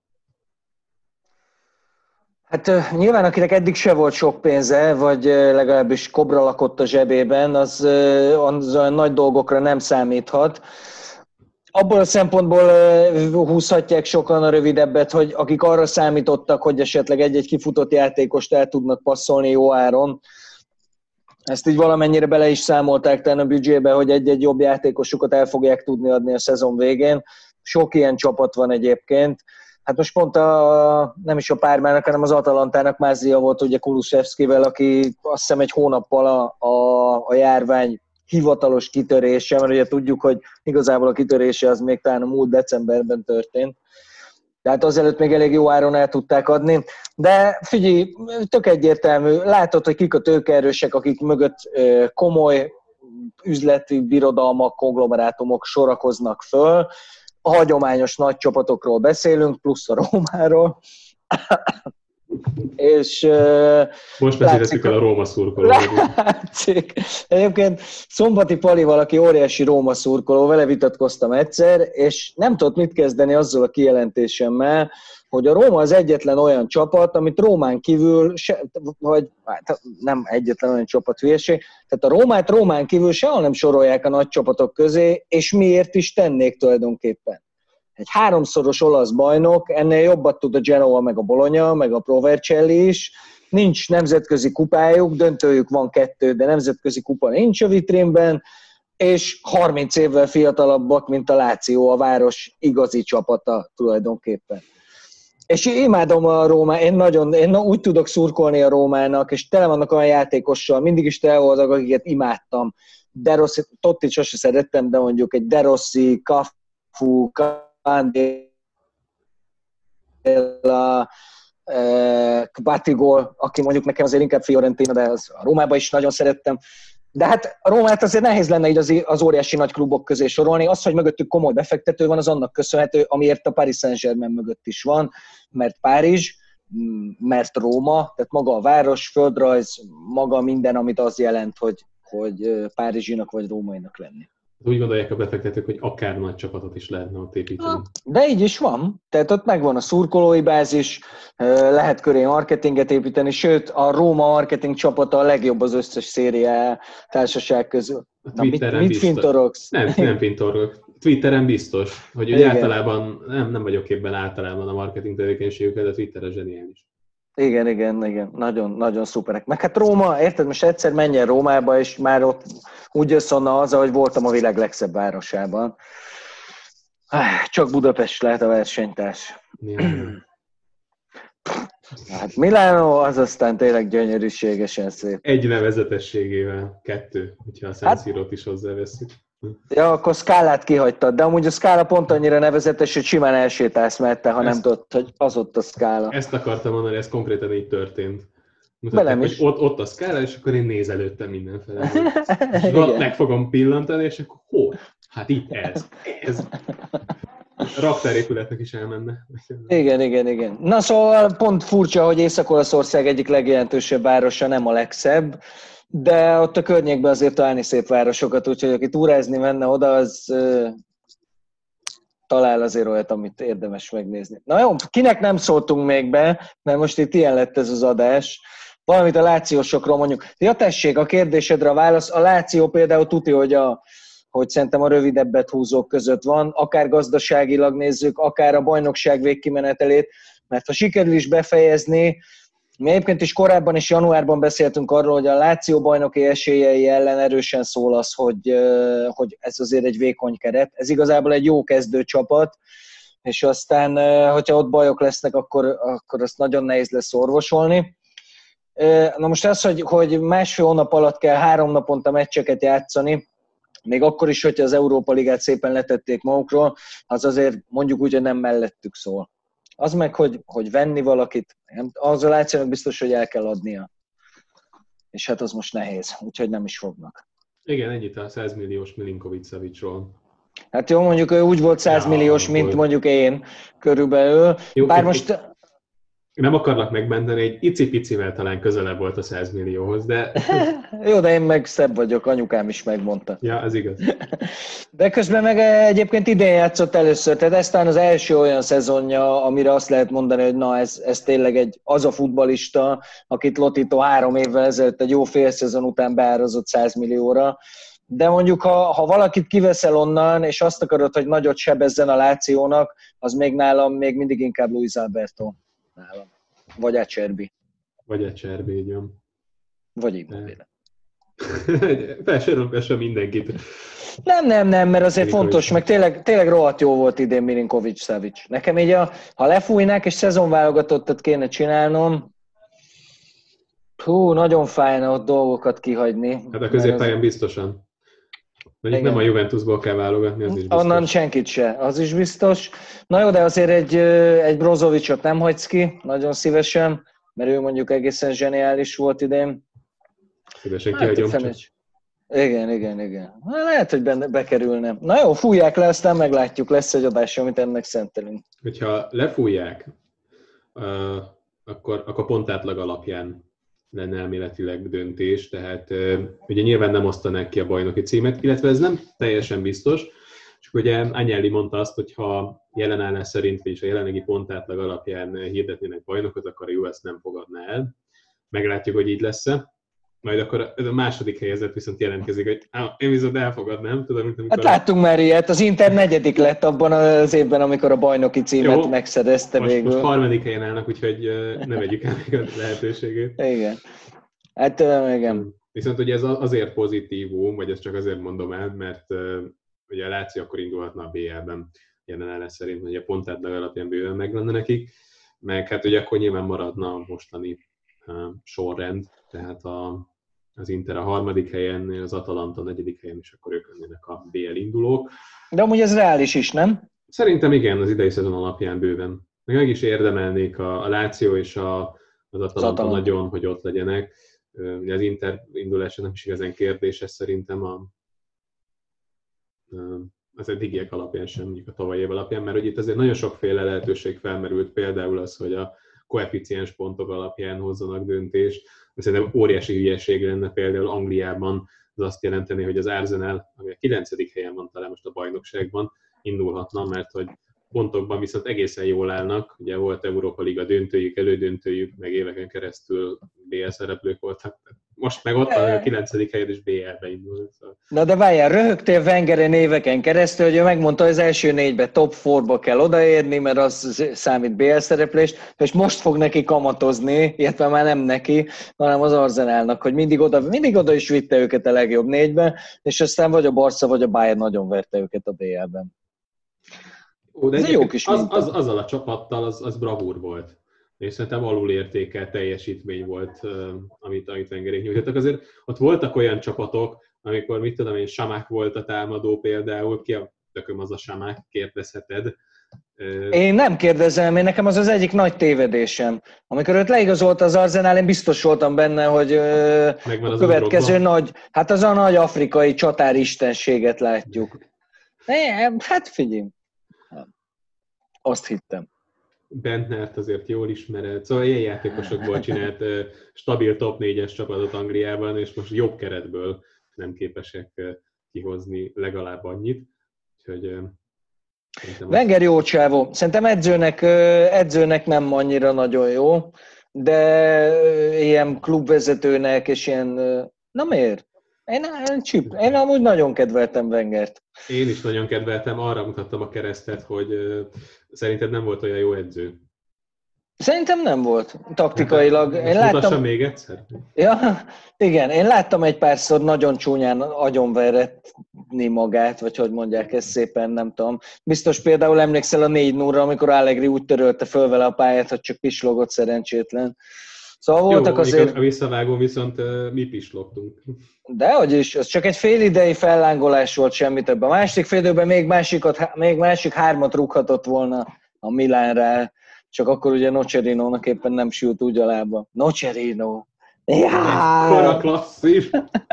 Hát nyilván akinek eddig se volt sok pénze, vagy legalábbis kobra lakott a zsebében, az olyan nagy dolgokra nem számíthat. Abból a szempontból húzhatják sokan a rövidebbet, hogy akik arra számítottak, hogy esetleg egy-egy kifutott játékost el tudnak passzolni jó áron, ezt így valamennyire bele is számolták talán a büdzsébe, hogy egy-egy jobb játékosukat el fogják tudni adni a szezon végén. Sok ilyen csapat van egyébként. Hát most pont nem is a Pármának, hanem az Atalantának Mázia volt ugye Kulusevszkivel, aki azt hiszem egy hónappal a járvány hivatalos kitörése, mert ugye tudjuk, hogy igazából a kitörése az még talán a múlt decemberben történt. Tehát azelőtt még elég jó áron el tudták adni. De figyelj, tök egyértelmű, látod, hogy kik a tőkeerősek, akik mögött komoly üzleti birodalmak, konglomerátumok sorakoznak föl. A hagyományos nagy csapatokról beszélünk, plusz a Rómáról. És most beszélhetjük el a Róma szurkolóról. Látszik. Egyébként Szombati Pali valaki óriási Róma szurkoló, vele vitatkoztam egyszer, és nem tudott mit kezdeni azzal a kijelentésemmel, hogy a Róma az egyetlen olyan csapat, amit Rómán kívül, vagy nem egyetlen olyan csapat, hülyeség, tehát a Rómát Rómán kívül sehol nem sorolják a nagy csapatok közé, és miért is tennék tulajdonképpen. Egy 3-szoros olasz bajnok, ennél jobbat tud a Genoa, meg a Bologna, meg a Pro Vercelli is. Nincs nemzetközi kupájuk, döntőjük van 2, de nemzetközi kupa nincs a vitrínben, és 30 évvel fiatalabbak, mint a Láció, a város igazi csapata tulajdonképpen. És imádom a Rómát, én úgy tudok szurkolni a Rómának, és tele vannak olyan játékossal, mindig is tele voltak, akiket imádtam. De Rossi, Tottit sose szerettem, de mondjuk egy De Rossi, Cafu, Batigol, aki mondjuk nekem azért inkább Fiorentina, de a Rómában is nagyon szerettem. De hát a Rómát azért nehéz lenne így az óriási nagy klubok közé sorolni. Az, hogy mögöttük komoly befektető van, az annak köszönhető, amiért a Paris Saint-Germain mögött is van, mert Párizs, mert Róma, tehát maga a város, földrajz, maga minden, amit az jelent, hogy párizsinak vagy rómainak lenni. Úgy gondolják a befektetők, hogy akár nagy csapatot is lehetne ott építeni. De így is van. Tehát ott megvan a szurkolói bázis, lehet köré marketinget építeni, sőt a Róma marketing csapata a legjobb az összes szériá társaság közül. Mit fintorogsz? Nem fintorogok. Twitteren biztos, hogy ugye általában, nem vagyok képben általában a marketing tevékenységükkel, de Twitterre zseniális. Igen. Nagyon, nagyon szuperek. Meg hát Róma, érted, most egyszer menjen Rómába, és már ott úgy jössz onnan haza, hogy voltam a világ legszebb városában. Csak Budapest lehet a versenytárs. Hát Milánó az aztán tényleg gyönyörűségesen szép. Egy nevezetességével, 2, hogyha a San Sirot is hozzáveszünk. Ja, akkor Scalát kihagytad, de amúgy a Scala pont annyira nevezetes, hogy simán elsétálsz mellette, ha nem tudod, hogy az ott a Scala. Ezt akartam mondani, ez konkrétan így történt. Velem is. Hogy ott a Scala, és akkor én nézelődtem mindenfele. És meg fogom pillantani, és akkor hol? Hát itt ez. Raktárépületnek is elmenne. Igen. Na szóval pont furcsa, hogy Észak-Olaszország egyik legjelentősebb városa, nem a legszebb, de ott a környékben azért találni szép városokat, úgyhogy aki túrázni menne oda, az talál azért olyat, amit érdemes megnézni. Na jó, kinek nem szóltunk még be, mert most itt ilyen lett ez az adás. Valamit a lációsokról mondjuk. Ja, tessék, a kérdésedre a válasz. A Láció például tudja, hogy szerintem a rövidebbet húzók között van, akár gazdaságilag nézzük, akár a bajnokság végkimenetelét, mert ha sikerül is befejezni, mi egyébként is korábban is januárban beszéltünk arról, hogy a Láció bajnoki esélyei ellen erősen szól az, hogy ez azért egy vékony keret. Ez igazából egy jó kezdőcsapat, és aztán, hogyha ott bajok lesznek, akkor azt nagyon nehéz lesz orvosolni. Na most az, hogy másfél hónap alatt kell 3 naponta meccseket játszani, még akkor is, hogyha az Európa Ligát szépen letették magukról, az azért mondjuk úgy, hogy nem mellettük szól. Az meg, hogy venni valakit, az a Lációnak biztos, hogy el kell adnia. És hát az most nehéz, úgyhogy nem is fognak. Igen, ennyit a 100 milliós Milinković-Savicról. Hát jó, mondjuk ő úgy volt 100 milliós, mint mondjuk én körülbelül. Jó, bár most... Nem akarlak megmenteni, egy icipicivel talán közelebb volt a 100 millióhoz, de... Jó, de én meg szebb vagyok, anyukám is megmondta. Ja, ez igaz. De közben meg egyébként idén játszott először, tehát ez talán az első olyan szezonja, amire azt lehet mondani, hogy na, ez tényleg az a futballista, akit Lotito 3 évvel ezelőtt egy jó fél szezon után beárazott 100 millióra. De mondjuk, ha valakit kiveszel onnan, és azt akarod, hogy nagyot sebezzen a Lációnak, az még nálam még mindig inkább Luis Alberto. Nálam. Vagy Acerbi. Így van. Vagy Immobile. Felsorolom mindenkit. Nem, mert azért fontos, meg tényleg rohadt jó volt idén Milinković-Savić. Nekem így, ha lefújnák és szezonválogatottat kéne csinálnom, nagyon fájna ott dolgokat kihagyni. Hát a középpályán biztosan. Mondjuk nem a Juventusból kell válogatni, az is biztos. Onnan senkit se, az is biztos. Na jó, de azért egy Brozovićot nem hagysz ki, nagyon szívesen, mert ő mondjuk egészen zseniális volt idén. Szívesen kihagyom csak. Igen. Lehet, hogy bekerülne. Na jó, fújják le, aztán meglátjuk, lesz egy adás, amit ennek szentelünk. Hogyha lefújják, akkor pontátlag alapján lenne elméletileg döntés, tehát ugye nyilván nem osztanák ki a bajnoki címet, illetve ez nem teljesen biztos, csak ugye Agnelli mondta azt, hogy ha jelenállás szerint, vagyis a jelenlegi pontátlag alapján hirdetnének bajnokot, akkor a jó ezt nem fogadná el. Meglátjuk, hogy így lesz-e. Majd akkor a második helyezett viszont jelentkezik, hogy én viszont elfogadnám. Tudom, amikor... Hát láttunk már ilyet, az Inter 4. lett abban az évben, amikor a bajnoki címet megszerezte végül. Most 3. helyen állnak, úgyhogy ne vegyük el még a lehetőségét. Igen. Hát igen. Viszont ugye ez azért pozitívum, vagy ezt csak azért mondom el, mert ugye a Láció akkor indulhatna a BL-ben jelenállás szerint, hogy a pontátlag alapján bőven meg lenne nekik, meg hát ugye akkor nyilván maradna a mostani sorrend, tehát az Inter a 3. helyen, az Atalanta a 4. helyen, és akkor ők lennének a BL indulók. De amúgy ez reális is, nem? Szerintem igen, az idei szezon alapján bőven. Meg is érdemelnék a Láció és az Atalanta nagyon, hogy ott legyenek. Az Inter indulása nem is igazán kérdéses szerintem az eddigiek alapján sem, mondjuk a tavalyi év alapján, mert hogy itt azért nagyon sokféle lehetőség felmerült, például az, hogy a koeficiens pontok alapján hozzanak döntést. Szerintem óriási hülyeség lenne például Angliában, az azt jelenteni, hogy az Arsenal, ami a 9. helyen van talán most a bajnokságban, indulhatna, mert hogy pontokban viszont egészen jól állnak. Ugye volt Európa Liga döntőjük, elődöntőjük, meg éveken keresztül BL szereplők voltak. Most meg ott van a 9. helyen is BL-be indul. Szóval. Na de várjál, röhögtél Wengeren éveken keresztül, hogy ő megmondta, hogy az első 4-be, top 4-ba kell odaérni, mert az számít BL szereplés, és most fog neki kamatozni, illetve már nem neki, hanem az Arsenalnak, hogy mindig oda is vitte őket a legjobb 4-be, és aztán vagy a Barca, vagy a Bayern nagyon verte őket a BL-ben. De ez jó kis azzal a csapattal az bravúr volt. És szerintem alulértékelt teljesítmény volt, amit Wengerék nyújtottak. Azért ott voltak olyan csapatok, amikor, mit tudom én, Samák volt a támadó például, ki a tököm az a Samák, kérdezheted. Én nem kérdezem, én nekem az egyik nagy tévedésem. Amikor őt leigazolta az Arsenal, én biztos voltam benne, hogy a következő nagy, hát az a nagy afrikai csatáristenséget látjuk. Hát figyelj, azt hittem. Bentnert azért jól ismered, szóval ilyen játékosokból csinált stabil top 4-es csapatot Angliában, és most jobb keretből nem képesek kihozni legalább annyit. Úgyhogy Wenger jó csávó. Szerintem edzőnek nem annyira nagyon jó, de ilyen klubvezetőnek és ilyen... Na miért? Én amúgy nagyon kedveltem Wengert. Én is nagyon kedveltem, arra mutattam a keresztet, hogy szerinted nem volt olyan jó edző. Szerintem nem volt, taktikailag. Én láttam még egyszer? Ja, igen, én láttam egy párszor nagyon csúnyán agyonveretni magát, vagy hogy mondják ezt szépen, nem tudom. Biztos például emlékszel a 4-0-ra, amikor Allegri úgy törölte föl vele a pályát, hogy csak pislogott szerencsétlen. Szóval voltak azért... A visszavágó viszont mi pislogtunk. Dehogy is, ez csak egy félidei fellángolás volt, semmit ebben. A második fél időben még másik 3-at rúghatott volna a Milánra, csak akkor ugye Nocerino-nak éppen nem sült úgy a lába. Nocerino! Kora klasszis!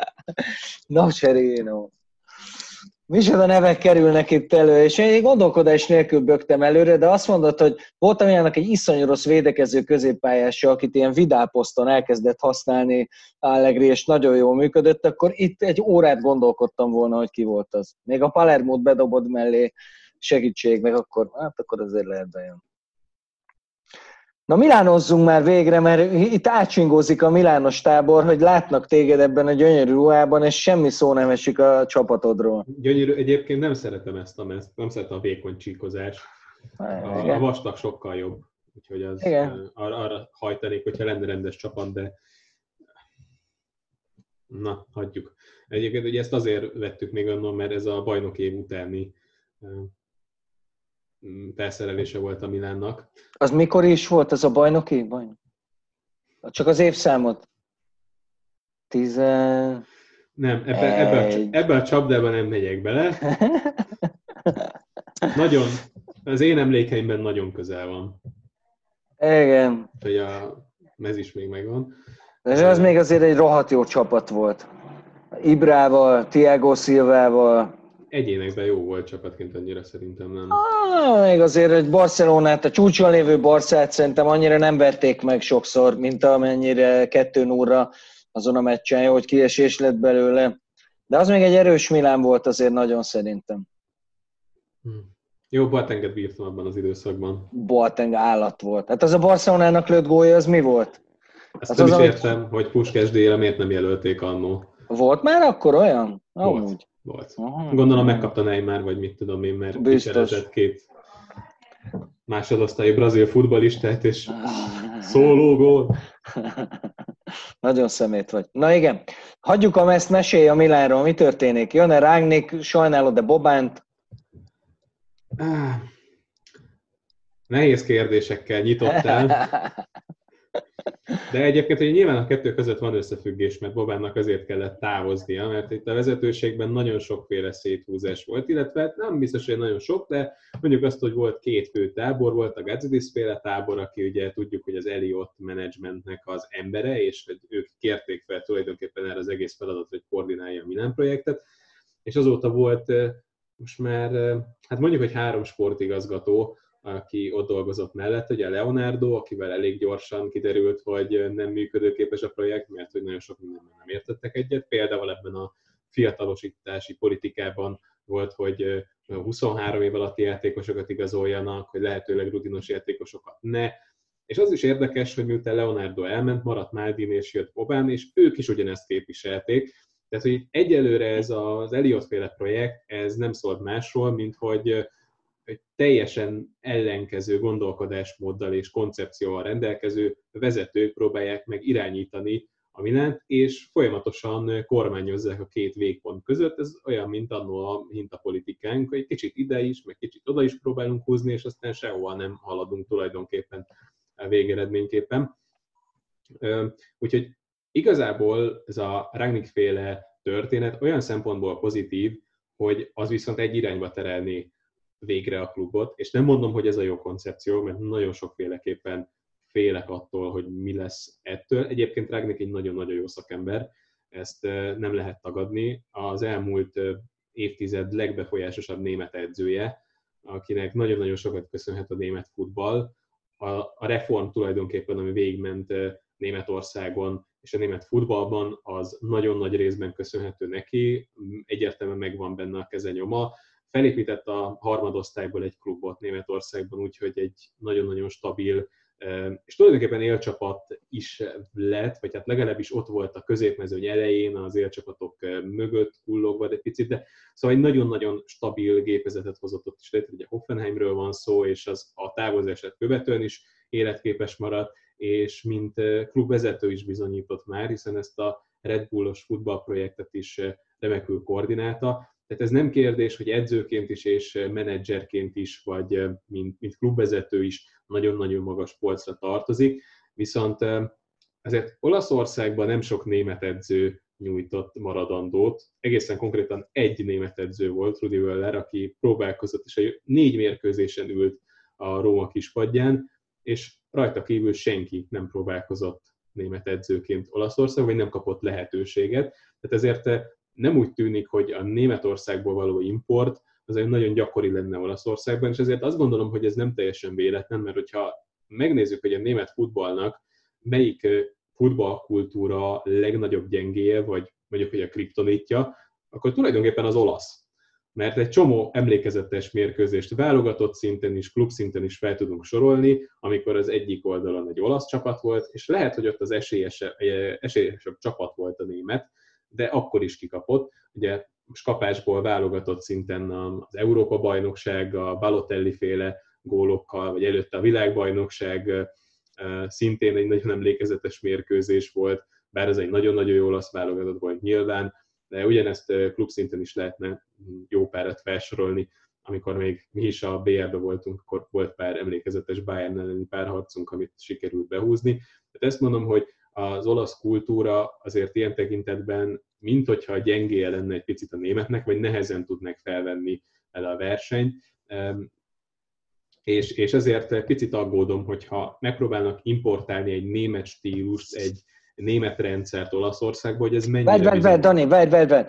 Nocerino! Micsoda nevek kerülnek itt elő, és én gondolkodás nélkül bögtem előre, de azt mondod, hogy volt olyannak egy iszonyú rossz védekező középpályása, akit ilyen vidálposzton elkezdett használni Allegri, és nagyon jól működött, akkor itt egy órát gondolkodtam volna, hogy ki volt az. Még a Palermót bedobod mellé segítség, meg akkor azért lehet bejön. Na Milánozzunk már végre, mert itt átsingózik a milános tábor, hogy látnak téged ebben a gyönyörű ruhában, és semmi szó nem esik a csapatodról. Gyönyörű, egyébként nem szeretem ezt, nem szeretem a vékony csíkozás. A vastag sokkal jobb, úgyhogy az arra hajtanék, hogyha lenne rendes csapat, de na, hagyjuk. Egyébként ugye ezt azért vettük még annon, mert ez a bajnok év utáni felszerelése volt a Milánnak. Az mikor is volt ez a bajnoki? Csak az évszámot? Nem, ebbe a csapdában nem megyek bele. Nagyon, az én emlékeimben nagyon közel van. Igen. Hogy a mez is még megvan. De az még azért egy rohadt jó csapat volt. Ibrával, Thiago Silvával. Egyénekben jó volt csapatként, annyira szerintem nem. Még azért egy Barcelonát, a csúcson lévő Barcát szerintem annyira nem verték meg sokszor, mint amennyire 2-0-ra azon a meccsen, jó, hogy kiesés lett belőle. De az még egy erős Milán volt azért nagyon szerintem. Jó, Boatenget bírtam abban az időszakban. Boateng állat volt. Hát az a Barcelonának lőtt gólja, az mi volt? Ezt nem is értem, hogy Puskás díjra miért nem jelölték annó. Volt már akkor olyan? Volt. Gondolom megkapta Neymar, vagy mit tudom én, mert kicserezett 2 másodosztályi brazil futballistát, és szólógól. Nagyon szemét vagy. Na igen, hagyjuk ezt, mesélj a Milánról, mi történik? Jön-e Rangnick, sajnálod-e Bobánt? Nehéz kérdésekkel nyitottál. De egyébként, hogy nyilván a kettő között van összefüggés, mert Bobánnak azért kellett távoznia, mert itt a vezetőségben nagyon sokféle széthúzás volt, illetve nem biztos, hogy nagyon sok, de mondjuk azt, hogy volt 2 fő tábor, volt a Gazidis-féle tábor, aki ugye tudjuk, hogy az Elliott managementnek az embere, és hogy ők kérték fel tulajdonképpen erre az egész feladatot, hogy koordinálja a Milán projektet, és azóta volt most már, hát mondjuk, hogy 3 sportigazgató, aki ott dolgozott mellett, ugye Leonardo, akivel elég gyorsan kiderült, hogy nem működőképes a projekt, mert hogy nagyon sok mindenben nem értettek egyet. Például ebben a fiatalosítási politikában volt, hogy 23 év alatti játékosokat igazoljanak, hogy lehetőleg rutinos játékosokat ne. És az is érdekes, hogy miután Leonardo elment, maradt Maldini és jött Boban, és ők is ugyanezt képviselték. Tehát, hogy egyelőre ez az Elliott-féle projekt, ez nem szólt másról, mint hogy teljesen ellenkező gondolkodásmóddal és koncepcióval rendelkező vezetők próbálják meg irányítani a Milánt, és folyamatosan kormányozzák a két végpont között. Ez olyan, mint annó a hintapolitikánk, hogy kicsit ide is, meg kicsit oda is próbálunk húzni, és aztán sehova nem haladunk tulajdonképpen a végeredményképpen. Úgyhogy igazából ez a Rangnick-féle történet olyan szempontból pozitív, hogy az viszont egy irányba terelni végre a klubot, és nem mondom, hogy ez a jó koncepció, mert nagyon sokféleképpen félek attól, hogy mi lesz ettől. Egyébként Rangnick egy nagyon-nagyon jó szakember, ezt nem lehet tagadni. Az elmúlt évtized legbefolyásosabb német edzője, akinek nagyon-nagyon sokat köszönhet a német futball. A reform tulajdonképpen, ami végigment Németországon és a német futballban, az nagyon nagy részben köszönhető neki, egyértelműen megvan benne a keze nyoma. Felépített a harmadosztályból egy klubot Németországban, úgyhogy egy nagyon-nagyon stabil, és tulajdonképpen élcsapat is lett, vagy hát legalábbis ott volt a középmezőny elején, az élcsapatok mögött kullogva egy picit, de szóval egy nagyon-nagyon stabil gépezetet hozott ott is létre. Ugye Hoffenheimről van szó, és az a távozását követően is életképes maradt, és mint klubvezető is bizonyított már, hiszen ezt a Red Bullos futballprojektet is remekül koordinálta. Tehát ez nem kérdés, hogy edzőként is és menedzserként is, vagy mint klubvezető is nagyon-nagyon magas polcra tartozik. Viszont azért Olaszországban nem sok német edző nyújtott maradandót. Egészen konkrétan egy német edző volt, Rudi Völler, aki próbálkozott, és 4 mérkőzésen ült a Róma kispadján, és rajta kívül senki nem próbálkozott német edzőként Olaszországban, vagy nem kapott lehetőséget. Tehát ezért nem úgy tűnik, hogy a Németországból való import az egy nagyon gyakori lenne Olaszországban, és ezért azt gondolom, hogy ez nem teljesen véletlen, mert hogyha megnézzük, hogy a német futballnak melyik futballkultúra legnagyobb gyengéje, vagy mondjuk, hogy a kriptonitja, akkor tulajdonképpen az olasz. Mert egy csomó emlékezetes mérkőzést válogatott szinten is, klubszinten is fel tudunk sorolni, amikor az egyik oldalon egy olasz csapat volt, és lehet, hogy ott az esélyesebb csapat volt a német, de akkor is kikapott. Ugye most kapásból válogatott szinten az Európa-bajnokság, a Balotelli-féle gólokkal, vagy előtte a világbajnokság szintén egy nagyon emlékezetes mérkőzés volt, bár ez egy nagyon-nagyon jó olasz válogatott volt nyilván, de ugyanezt klubszinten is lehetne jó párat felsorolni. Amikor még mi is a BL-be voltunk, akkor volt pár emlékezetes Bayern elleni párharcunk, amit sikerült behúzni. Tehát ezt mondom, hogy az olasz kultúra azért ilyen tekintetben, mint hogyha gyengéje lenne egy picit a németnek, vagy nehezen tudnak felvenni el a versenyt. És ezért picit aggódom, hogyha megpróbálnak importálni egy német stílust, egy német rendszert Olaszországba, hogy ez mennyire... Dani.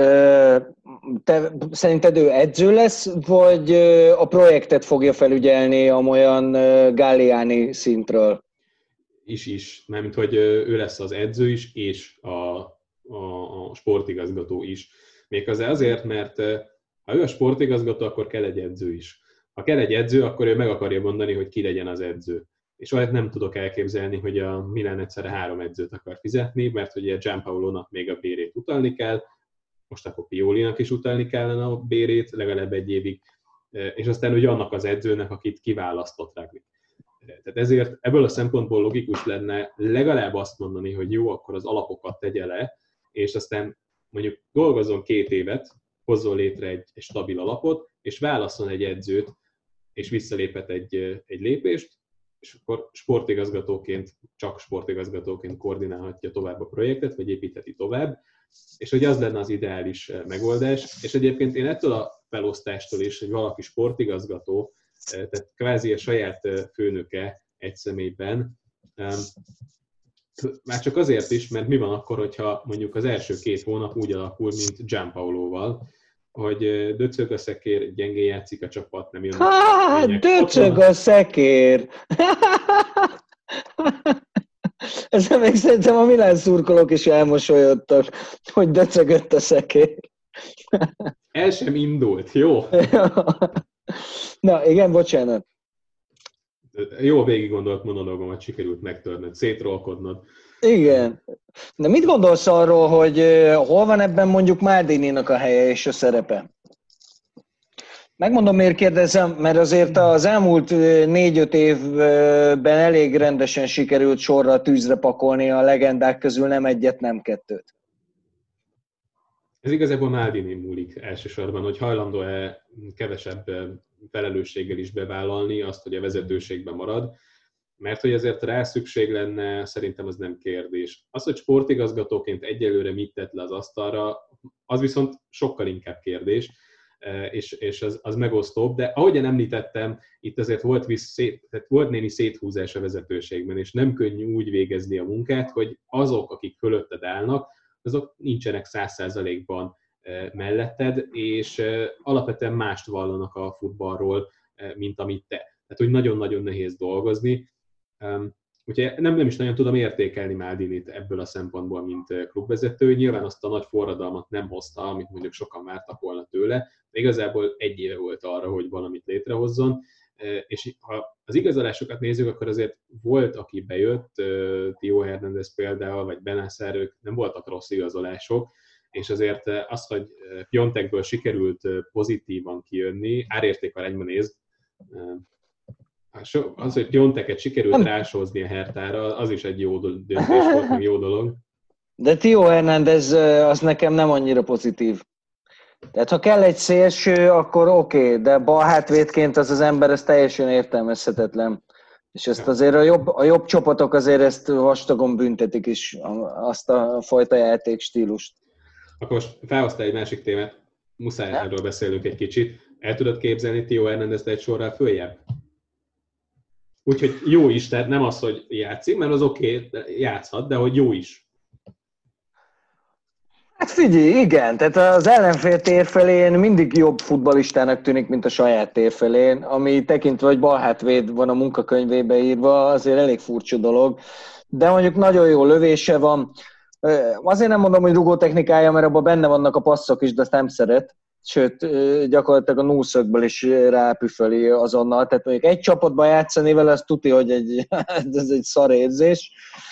Te szerinted ő edző lesz, vagy a projektet fogja felügyelni amolyan Galliani szintről? Is. Mármint, hogy ő lesz az edző is, és a sportigazgató is. Méghozzá azért, mert ha ő a sportigazgató, akkor kell egy edző is. Ha kell egy edző, akkor ő meg akarja mondani, hogy ki legyen az edző. És olyat nem tudok elképzelni, hogy a Milán egyszerre 3 edzőt akar fizetni, mert ugye Gianpaolónak még a bérét utalni kell, most akkor Piolinak is utalni kellene a bérét, legalább egy évig, és aztán ugye annak az edzőnek, akit kiválasztott Rangnick. Tehát ezért ebből a szempontból logikus lenne legalább azt mondani, hogy jó, akkor az alapokat tegye le, és aztán mondjuk dolgozzon 2 évet, hozzon létre egy stabil alapot, és válasszon egy edzőt, és visszaléphet egy lépést, és akkor csak sportigazgatóként koordinálhatja tovább a projektet, vagy építheti tovább, és hogy az lenne az ideális megoldás. És egyébként én ettől a felosztástól is, hogy valaki sportigazgató, tehát kvázi a saját főnöke egy személyben, már csak azért is, mert mi van akkor, hogyha mondjuk az első 2 hónap úgy alakul, mint Gianpaolóval, hogy döcög a szekér, gyengén játszik a csapat, nem jönnek döcög a szekér! Ezzel még szerintem a Milán szurkolók is elmosolyodtak, hogy döcögött a szekér. El sem indult, jó? Na, igen, bocsánat. Jó végig gondolt monológomat sikerült megtörnöd, szétrolkodnod. Igen. De mit gondolsz arról, hogy hol van ebben mondjuk Maldininak a helye és a szerepe? Megmondom, miért kérdezem, mert azért az elmúlt 4-5 évben elég rendesen sikerült sorra tűzre pakolni a legendák közül nem egyet, nem kettőt. Ez igazából Maldini múlik elsősorban, hogy hajlandó-e kevesebb felelősséggel is bevállalni azt, hogy a vezetőségben marad, mert hogy ezért rá szükség lenne, szerintem az nem kérdés. Az, hogy sportigazgatóként egyelőre mit tett le az asztalra, az viszont sokkal inkább kérdés, és az megosztóbb, de ahogyan említettem, itt azért volt némi széthúzás a vezetőségben, és nem könnyű úgy végezni a munkát, hogy azok, akik fölötted állnak, azok nincsenek 100%-ban melletted, és alapvetően mást vallanak a futballról, mint amit te. Tehát, hogy nagyon-nagyon nehéz dolgozni. Úgyhogy nem is nagyon tudom értékelni Maldinit ebből a szempontból, mint klubvezető. Nyilván azt a nagy forradalmat nem hozta, amit mondjuk sokan vártak volna tőle, de igazából egy éve volt arra, hogy valamit létrehozzon. És ha az igazolásokat nézzük, akkor azért volt, aki bejött, Theo Hernández például, vagy Benacer, ők nem voltak rossz igazolások, és azért az, hogy Piontekből sikerült pozitívan kijönni, árértékarányban nézd, az, hogy Pionteket sikerült rásózni a Hertára, az is egy jó döntés volt, meg jó dolog. De Theo Hernández az nekem nem annyira pozitív. Tehát ha kell egy szélső, akkor oké, de balhátvédként az ember, ez teljesen értelmezhetetlen. És ezt azért a jobb csapatok azért ezt vastagon büntetik is, azt a fajta játékstílust. Akkor most felhoztál egy másik témát, muszáj erről beszélünk egy kicsit. El tudod képzelni Theo Hernándezt egy sorral följebb? Úgyhogy jó is, tehát nem az, hogy játszik, mert az oké, játszhat, de hogy jó is. Hát figyelj, igen, tehát az ellenfél térfelén mindig jobb futballistának tűnik, mint a saját térfelén, ami tekintve, hogy balhátvéd van a munkakönyvébe írva, azért elég furcsa dolog, de mondjuk nagyon jó lövése van. Azért nem mondom, hogy rugótechnikája, mert abban benne vannak a passzok is, de azt nem szeret. Sőt, gyakorlatilag a núszökből is rápüföli azonnal. Tehát mondjuk egy csapatban játszani vele, az tuti, hogy ez egy szar érzés.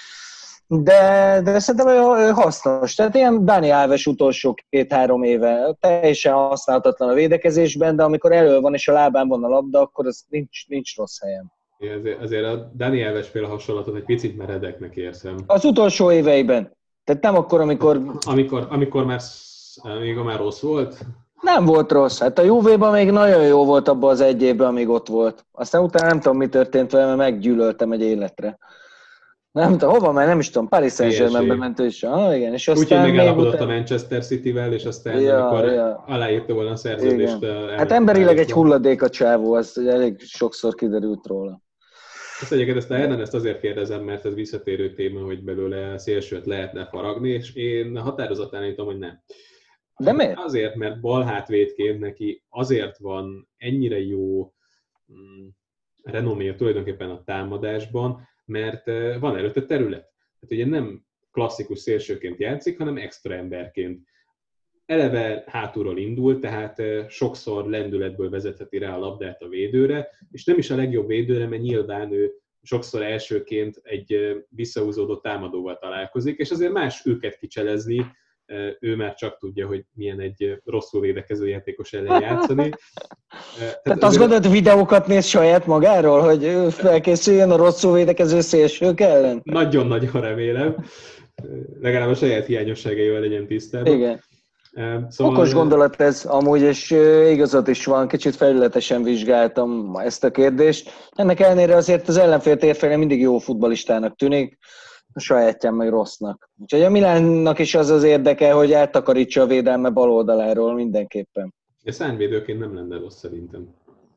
De szerintem hasznos. Tehát ilyen Dani Alves utolsó 2-3 éve teljesen használhatatlan a védekezésben, de amikor elő van és a lábán van a labda, akkor az nincs rossz helyen. Azért a Dani Alves féle hasonlatot egy picit meredeknek érzem. Az utolsó éveiben. Tehát nem akkor, amikor már rossz volt? Nem volt rossz. Hát a Juve-ban még nagyon jó volt abban az egy évben, amíg ott volt. Aztán utána nem tudom, mi történt vele, mert meggyűlöltem egy életre. Nem tudom, hova már nem is tudom, Paris Saint-Germainbe ment ő is. Igen, és aztán úgyhogy megállapodott a Manchester Cityvel, és aztán amikor aláírta volna a szerződést. Hát emberileg egy hulladék a csávó, az elég sokszor kiderült róla. Ezt a Hernández azért kérdezem, mert ez visszatérő téma, hogy belőle szélsőt lehetne faragni, és én határozottan állítom, hogy nem. De miért? Azért, mert balhátvédként neki azért van ennyire jó renoméja tulajdonképpen a támadásban, mert van előtte terület. Tehát ugye nem klasszikus szélsőként játszik, hanem extra emberként. Eleve hátulról indul, tehát sokszor lendületből vezetheti rá a labdát a védőre, és nem is a legjobb védőre, mert nyilván ő sokszor elsőként egy visszahúzódó támadóval találkozik, és azért más őket kicselezni, ő már csak tudja, hogy milyen egy rosszul védekező játékos ellen játszani. Tehát azt gondolod, videókat néz saját magáról, hogy felkészüljön a rosszul védekező szélsők ellen? Nagyon-nagyon remélem. Legalább a saját hiányosságaival legyen tisztában. Igen. Szóval... Okos gondolat ez amúgy, és igazad is van, kicsit felületesen vizsgáltam ezt a kérdést. Ennek ellenére azért az ellenfél térfelén mindig jó futballistának tűnik, a sajátján meg rossznak. Úgyhogy a Milánnak is az érdeke, hogy eltakarítsa a védelme bal oldaláról mindenképpen. De szárnyvédőként nem lenne rossz szerintem.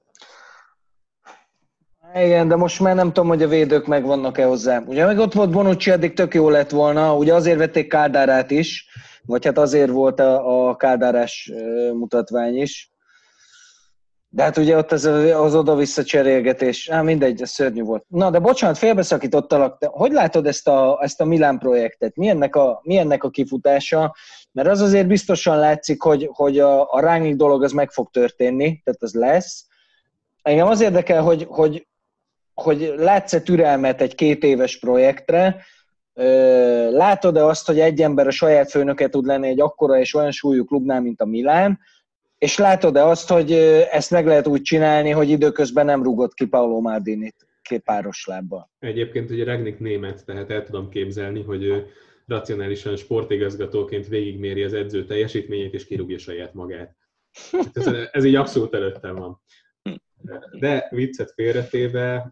Igen, de most már nem tudom, hogy a védők megvannak-e hozzá. Ugye meg ott volt Bonucci, eddig tök jó lett volna, ugye azért vették Kádárát is, vagy hát azért volt a Kádárás mutatvány is. De hát ugye ott az oda-vissza cserélgetés, mindegy, ez szörnyű volt. Na, de bocsánat, félbeszakítottalak, de hogy látod ezt a Milán projektet? Mi ennek a kifutása? Mert az azért biztosan látszik, hogy a Rangnick dolog az meg fog történni, tehát az lesz. Engem az érdekel, hogy látsz-e türelmet egy 2 éves projektre, látod-e azt, hogy egy ember a saját főnöke tud lenni egy akkora és olyan súlyú klubnál, mint a Milán, és látod-e azt, hogy ezt meg lehet úgy csinálni, hogy időközben nem rúgott ki Paolo Maldinit páros lábbal? Egyébként ugye Rangnick német, tehát el tudom képzelni, hogy ő racionálisan sportigazgatóként végigméri az edző teljesítményét, és kirúgja saját magát. Ez így abszolút előttem van. De viccet félretéve,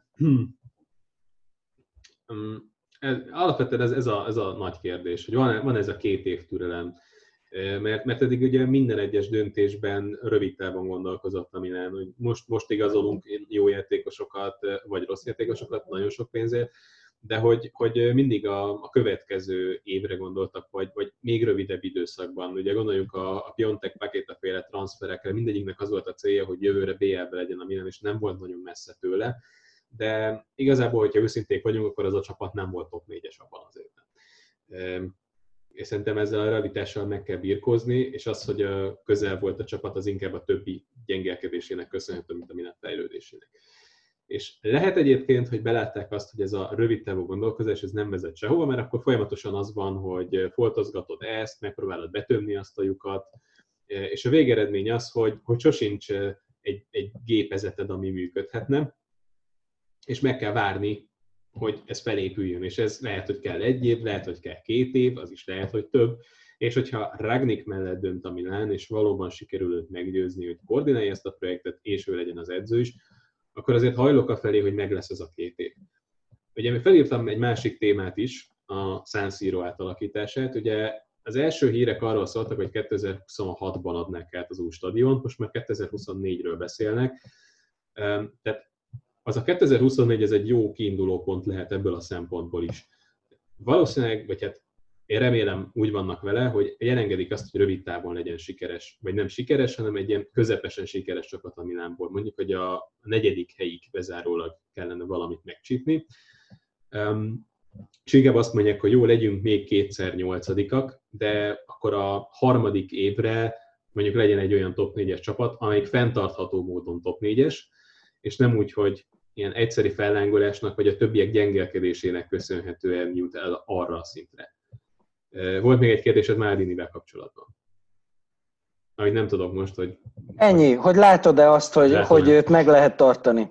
alapvetően ez a nagy kérdés, hogy van ez a 2 év türelem. Mert eddig ugye minden egyes döntésben rövid távon gondolkozott a Milán, hogy most igazolunk jó játékosokat, vagy rossz játékosokat, nagyon sok pénzért, de hogy mindig a következő évre gondoltak, vagy még rövidebb időszakban. Ugye gondoljunk a Piontek Paqueta féle transferekre, mindegyiknek az volt a célja, hogy jövőre BL-be legyen a Milán, és nem volt nagyon messze tőle, de igazából, hogyha őszinték vagyunk, akkor az a csapat nem volt top 4-es abban az évben. És szerintem ezzel a realitással meg kell birkózni, és az, hogy közel volt a csapat, az inkább a többi gyengelkedésének köszönhető, mint a Milán fejlődésének. És lehet egyébként, hogy belátták azt, hogy ez a rövid távú gondolkozás, ez nem vezet sehova, mert akkor folyamatosan az van, hogy foltozgatod ezt, megpróbálod betömni azt a lyukat, és a végeredmény az, hogy sosincs egy gépezeted, ami működhetne, és meg kell várni, hogy ez felépüljön, és ez lehet, hogy kell 1 év, lehet, hogy kell 2 év, az is lehet, hogy több, és hogyha Rangnick mellett dönt a Milán, és valóban sikerül őt meggyőzni, hogy koordinálja ezt a projektet, és ő legyen az edző is, akkor azért hajlok afelé, hogy meg lesz ez a 2 év. Ugye felírtam egy másik témát is, a San Siro átalakítását. Ugye az első hírek arról szóltak, hogy 2026-ban adnák át az új stadiont, most már 2024-ről beszélnek. Tehát az a 2024 ez egy jó kiinduló pont lehet ebből a szempontból is. Valószínűleg, vagy hát én remélem úgy vannak vele, hogy elengedik azt, hogy rövid távon legyen sikeres, vagy nem sikeres, hanem egy ilyen közepesen sikeres csapat a Milánból. Mondjuk, hogy a 4. helyig bezárólag kellene valamit megcsípni. És inkább azt mondják, hogy jó, legyünk még 2-szer 8-ak, de akkor a 3. évre mondjuk legyen egy olyan top 4-es csapat, amelyik fenntartható módon top 4-es, és nem úgy, hogy ilyen egyszeri fellángolásnak, vagy a többiek gyengelkedésének köszönhetően jut el arra a szintre. Volt még egy kérdésed Maldinivel kapcsolatban. Amit nem tudok most, hogy... Ennyi, hogy látod-e azt, hogy őt meg lehet tartani?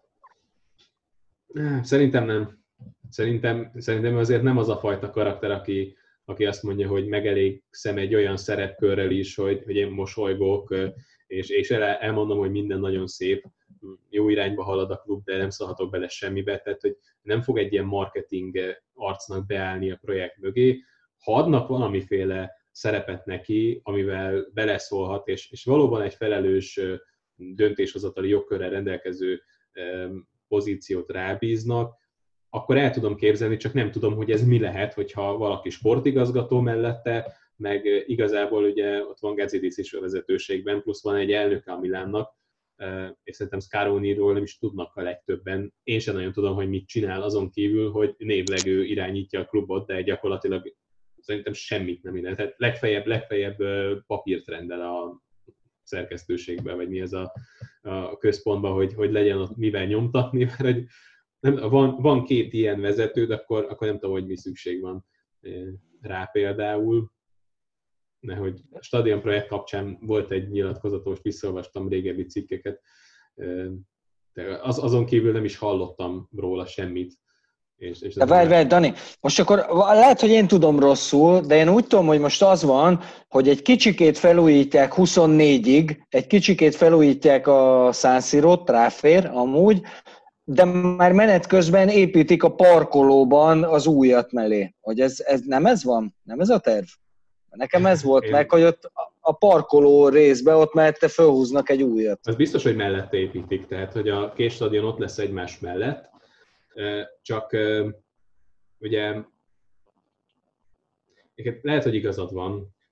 Szerintem nem. Szerintem azért nem az a fajta karakter, aki azt mondja, hogy megelégszem egy olyan szerepkörrel is, hogy én mosolygok, és elmondom, hogy minden nagyon szép, jó irányba halad a klub, de nem szólhatok bele semmibe, tehát hogy nem fog egy ilyen marketing arcnak beállni a projekt mögé. Ha adnak valamiféle szerepet neki, amivel beleszólhat, és valóban egy felelős döntéshozatali jogkörrel rendelkező pozíciót rábíznak, akkor el tudom képzelni, csak nem tudom, hogy ez mi lehet, hogyha valaki sportigazgató mellette, meg igazából ugye ott van Gazidis is a vezetőségben, plusz van egy elnöke a Milánnak, és szerintem Scaroniról nem is tudnak a legtöbben. Én sem nagyon tudom, hogy mit csinál azon kívül, hogy névleg ő irányítja a klubot, de gyakorlatilag szerintem semmit nem irányít. Tehát legfeljebb papírt rendel a szerkesztőségben, vagy mi ez a központban, hogy legyen ott mivel nyomtatni, mert hogy van 2 ilyen vezetőd, akkor nem tudom, hogy mi szükség van rá például. Hogy a stadion projekt kapcsán volt egy nyilatkozat, most visszaolvastam régebbi cikkeket, de azon kívül nem is hallottam róla semmit. De várj, Dani, most akkor lehet, hogy én tudom rosszul, de én úgy tudom, hogy most az van, hogy egy kicsikét felújítják 24-ig, egy kicsikét felújítják a San Sirot, ráfér amúgy, de már menet közben építik a parkolóban az újat mellé. Hogy ez nem ez van? Nem ez a terv? Nekem ez volt meg, hogy ott a parkoló részben ott mellette felhúznak egy újat. Az biztos, hogy mellette építik, tehát hogy a 2 stadion ott lesz egymás mellett, csak ugye lehet, hogy igazad van,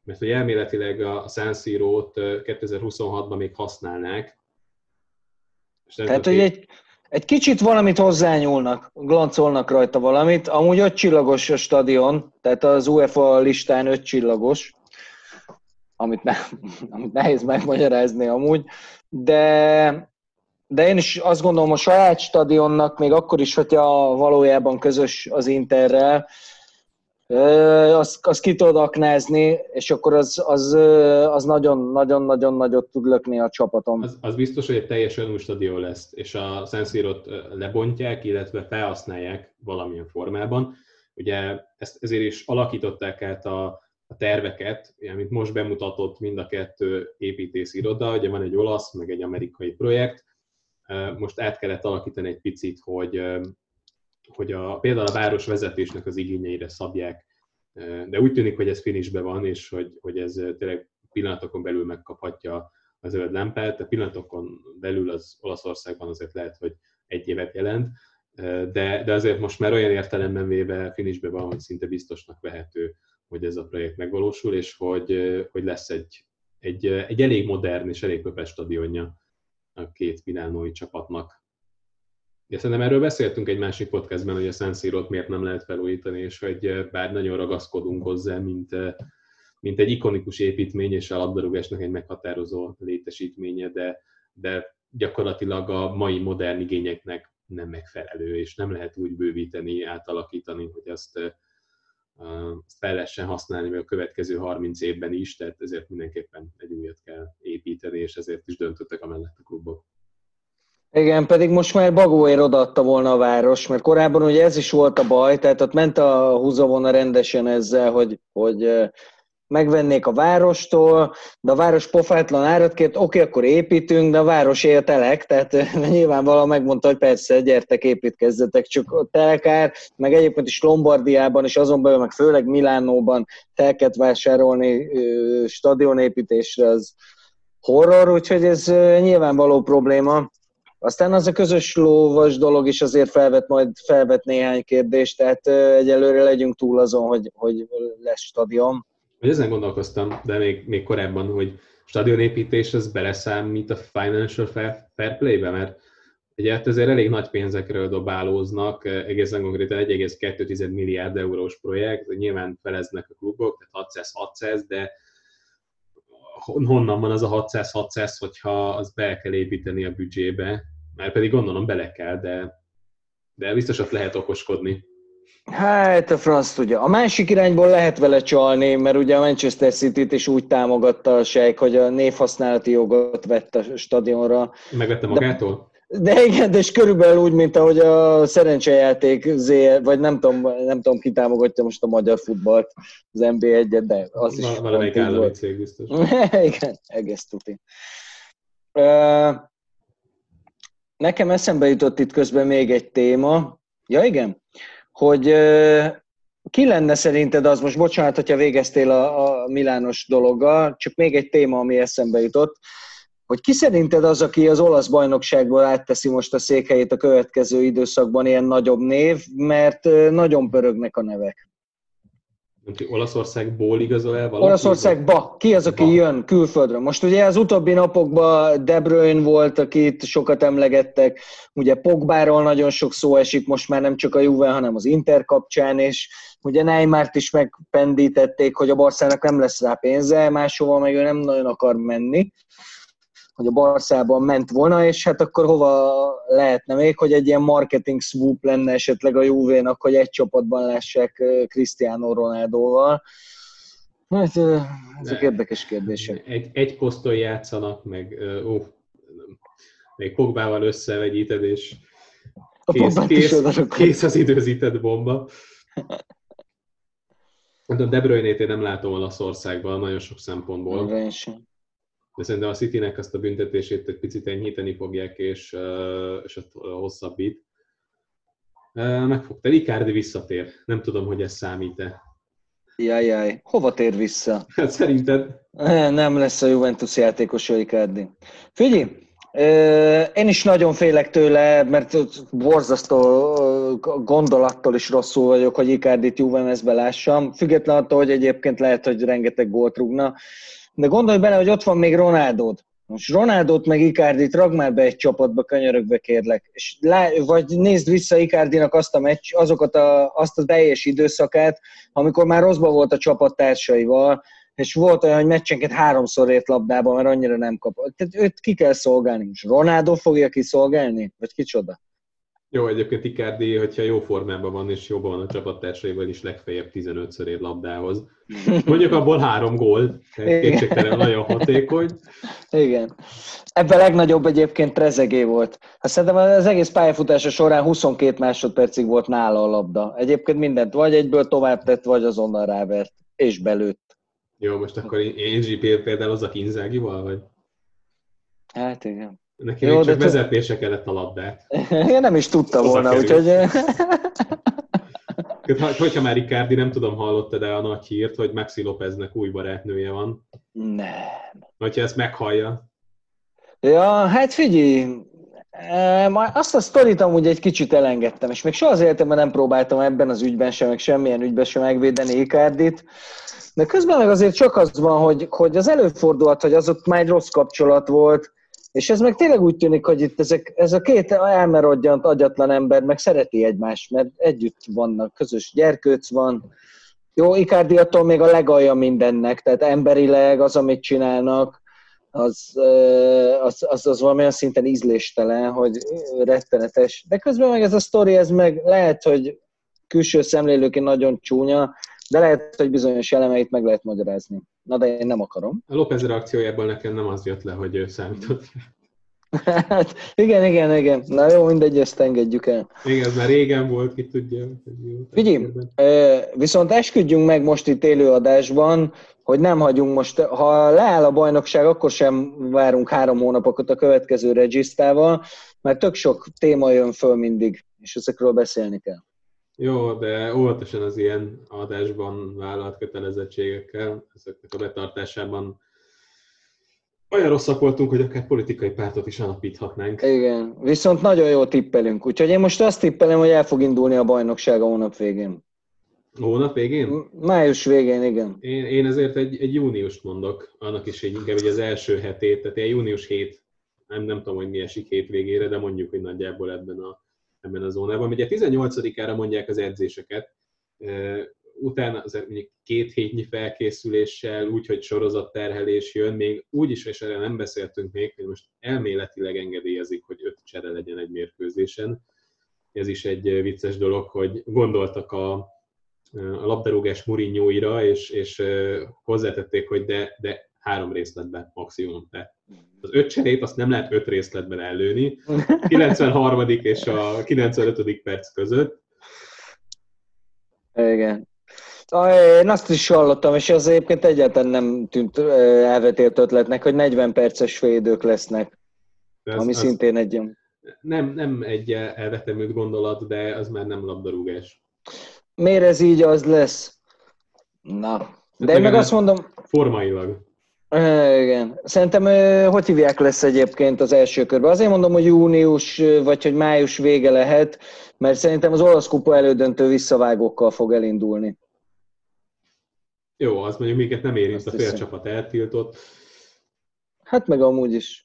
mert hogy elméletileg a San Sirót 2026-ban még használnák. Tehát, hogy egy kicsit valamit hozzányúlnak, glancolnak rajta valamit. Amúgy 5 csillagos a stadion, tehát az UEFA listán 5 csillagos, amit nehéz megmagyarázni amúgy, de én is azt gondolom, a saját stadionnak, még akkor is, hogyha valójában közös az Interrel, azt ki tudod aknázni, és akkor az nagyon-nagyon nagyot tud lökni a csapatom. Az biztos, hogy egy teljesen új stadion lesz, és a San Sirot lebontják, illetve felhasználják valamilyen formában. Ugye ezért is alakították át a terveket, amit most bemutatott mind a kettő építész iroda, ugye van egy olasz, meg egy amerikai projekt. Most át kellett alakítani egy picit, hogy például a városvezetésnek az igényeire szabják, de úgy tűnik, hogy ez finishben van, és hogy ez tényleg pillanatokon belül megkaphatja a zöld lámpát, de pillanatokon belül az Olaszországban azért lehet, hogy 1 évet jelent, de azért most már olyan értelemben véve finishben van, hogy szinte biztosnak vehető, hogy ez a projekt megvalósul, és hogy lesz egy elég modern és elég köpes stadionja a két milánói csapatnak. De szerintem erről beszéltünk egy másik podcastben, hogy a San Sirot miért nem lehet felújítani, és hogy bár nagyon ragaszkodunk hozzá, mint egy ikonikus építmény, és a labdarúgásnak egy meghatározó létesítménye, de gyakorlatilag a mai modern igényeknek nem megfelelő, és nem lehet úgy bővíteni, átalakítani, hogy azt fel lehessen használni a következő 30 évben is, tehát ezért mindenképpen egy újat kell építeni, és ezért is döntöttek amellett a klubok. Igen, pedig most már Bagóért odaadta volna a város, mert korábban ugye ez is volt a baj, tehát ott ment a húzavona rendesen ezzel, hogy megvennék a várostól, de a város pofátlan árat kért, oké, akkor építünk, de a város él telek, tehát nyilvánvalóan megmondta, hogy persze, gyertek, építkezzetek, csak telekár, meg egyébként is Lombardiában, és azon belül, meg főleg Milánóban telket vásárolni stadionépítésre az horror, úgyhogy ez nyilvánvaló probléma. Aztán az a közös lóvas dolog is azért felvet néhány kérdést, tehát egyelőre legyünk túl azon, hogy lesz stadion. Ezen gondolkoztam, de még korábban, hogy stadionépítés az beleszámít a financial fair play-be, mert ugye ezért elég nagy pénzekről dobálóznak, egészen konkrétan 1,2 milliárd eurós projekt, nyilván feleznek a klubok, tehát 600-600, de honnan van az a 600-600, hogyha az be kell építeni a büdzsébe, már pedig gondolom bele kell, de biztos ott lehet okoskodni. Hát a franc tudja. A másik irányból lehet vele csalni, mert ugye a Manchester City-t is úgy támogatta a sejk, hogy a névhasználati jogot vett a stadionra. Megvette magától? De igen, de és körülbelül úgy, mint ahogy a szerencsejáték vagy nem tudom ki támogatja most a magyar futballt, az NB1-et, de az is valamelyik állami cég biztos. Igen, egész tuti. Nekem eszembe jutott itt közben még egy téma. Ja, igen? Hogy ki lenne szerinted az, most bocsánat, hogyha végeztél a Milános dologgal, csak még egy téma, ami eszembe jutott, hogy ki szerinted az, aki az olasz bajnokságból átteszi most a székhelyét a következő időszakban ilyen nagyobb név, mert nagyon pörögnek a nevek. Olaszországból igazol el valaki? Olaszországba. Ki az, aki jön külföldről? Most ugye az utóbbi napokban De Bruyne volt, akit sokat emlegettek, ugye Pogbáról nagyon sok szó esik, most már nem csak a Juve, hanem az Inter kapcsán, és ugye Neymart is megpendítették, hogy a Barszának nem lesz rá pénze, máshova meg ő nem nagyon akar menni, hogy a Barszában ment volna, és hát akkor hova lehetne még, hogy egy ilyen marketing swoop lenne esetleg a Juvénak, hogy egy csapatban lássák Cristiano Ronaldoval. Hát, ezek érdekes kérdések. Egy poszton játszanak, meg még Pogbával összevegyíted, és kész az időzített bomba. De De Bruyne-t én nem látom Olaszországban nagyon sok szempontból. De szerintem a Citynek azt a büntetését egy picit enyhíteni fogják, és hosszabbít. Megfogta. Icardi visszatér. Nem tudom, hogy ez számít-e. Jajjaj. Hova tér vissza? Hát szerinted? Nem lesz a Juventus játékos, Icardi. Figyelj, Én is nagyon félek tőle, mert borzasztó gondolattól is rosszul vagyok, hogy Icardit Juventusbe lássam. Független attól, hogy egyébként lehet, hogy rengeteg gólt rúgna. De gondolj bele, hogy ott van még Ronaldod. Most Ronaldot meg Icardit ragd már be egy csapatba, könyörögve kérlek. És vagy nézd vissza Icardinak azt azt a teljes időszakát, amikor már rosszba volt a csapattársaival, és volt olyan, hogy meccsenként 3-szor ért labdába, mert annyira nem kapott. Tehát őt ki kell szolgálni. Most Ronaldo fogja kiszolgálni? Vagy kicsoda? Jó, egyébként Icardi, hogyha jó formában van, és jobban van a csapattársaival is, legfeljebb 15-ször ér labdához. Mondjuk abból 3 gól, kétségtelen nagyon hatékony. Igen. Ebben a legnagyobb egyébként Trezeguet volt. Szerintem az egész pályafutása során 22 másodpercig volt nála a labda. Egyébként mindent vagy egyből tovább tett, vagy azonnal rávert, és belőtt. Jó, most akkor én például az a Inzaghival, vagy? Hát igen. Neki jó, csak vezetni se kellett a labdát. Én nem is tudta volna, úgyhogy... Hogyha már Icardi, nem tudom, hallottad-e a nagy hírt, hogy Maxi Lópeznek új barátnője van? Nem. Hogyha ezt meghallja. Ja, hát figyelj, azt a sztorit amúgy egy kicsit elengedtem, és még soha az életemben nem próbáltam ebben az ügyben sem, meg semmilyen ügyben sem megvédeni Icardit, de közben meg azért csak az van, hogy az előfordulhat, hogy az ott már egy rossz kapcsolat volt, és ez meg tényleg úgy tűnik, hogy itt ez a két elmerodjant, agyatlan ember meg szereti egymást, mert együtt vannak, közös gyerkőc van. Jó, Icardi attól még a legalja mindennek, tehát emberileg az, amit csinálnak, az valamilyen szinten ízléstelen, hogy rettenetes. De közben meg ez a sztori, ez meg lehet, hogy külső szemlélőként nagyon csúnya, de lehet, hogy bizonyos elemeit meg lehet magyarázni. Na, de én nem akarom. A López reakciójából nekem nem az jött le, hogy ő számított. Hát, igen. Na jó, mindegy, ezt engedjük el. Igen, ez már régen volt, ki tudja. Figyelj, viszont esküdjünk meg most itt élőadásban, hogy nem hagyunk most, ha leáll a bajnokság, akkor sem várunk 3 hónapokat a következő regisztrával, mert tök sok téma jön föl mindig, és ezekről beszélni kell. Jó, de óvatosan az ilyen adásban vállalt kötelezettségekkel, ezeknek a betartásában olyan rosszak voltunk, hogy akár politikai pártot is alapíthatnánk. Igen, viszont nagyon jól tippelünk. Úgyhogy én most azt tippelem, hogy el fog indulni a bajnokság a hónap végén. Hónap végén? Május végén, igen. Én ezért egy júniust mondok, annak is inkább az első hetét, tehát ilyen június 7, nem tudom, hogy mi esik hétvégére, de mondjuk, hogy nagyjából ebben a zónában. Ugye 18-ára mondják az edzéseket, utána azért mondjuk 2 hétnyi felkészüléssel, úgyhogy sorozatterhelés jön, még úgyis, és erre nem beszéltünk még, hogy most elméletileg engedélyezik, hogy 5 csere legyen egy mérkőzésen. Ez is egy vicces dolog, hogy gondoltak a labdarúgás Mourinhoira, és hozzátették, hogy de 3 részletben maximum. Tehát az 5 cserét azt nem lehet 5 részletben ellőni, 93. és a 95. perc között. Igen. Én azt is hallottam, és az egyébként egyáltalán nem tűnt elvetélt ötletnek, hogy 40 perces félidők lesznek, ami szintén egy... Nem egy elvetemült gondolat, de az már nem labdarúgás. Miért ez így az lesz? Na, de én meg azt mondom... Formailag. Igen. Szerintem, hogy hívják lesz egyébként az első körben? Azért mondom, hogy június, vagy hogy május vége lehet, mert szerintem az olasz kupa elődöntő visszavágókkal fog elindulni. Jó, az mondjuk minket nem érint, a félcsapat eltiltott. Hát meg amúgy is.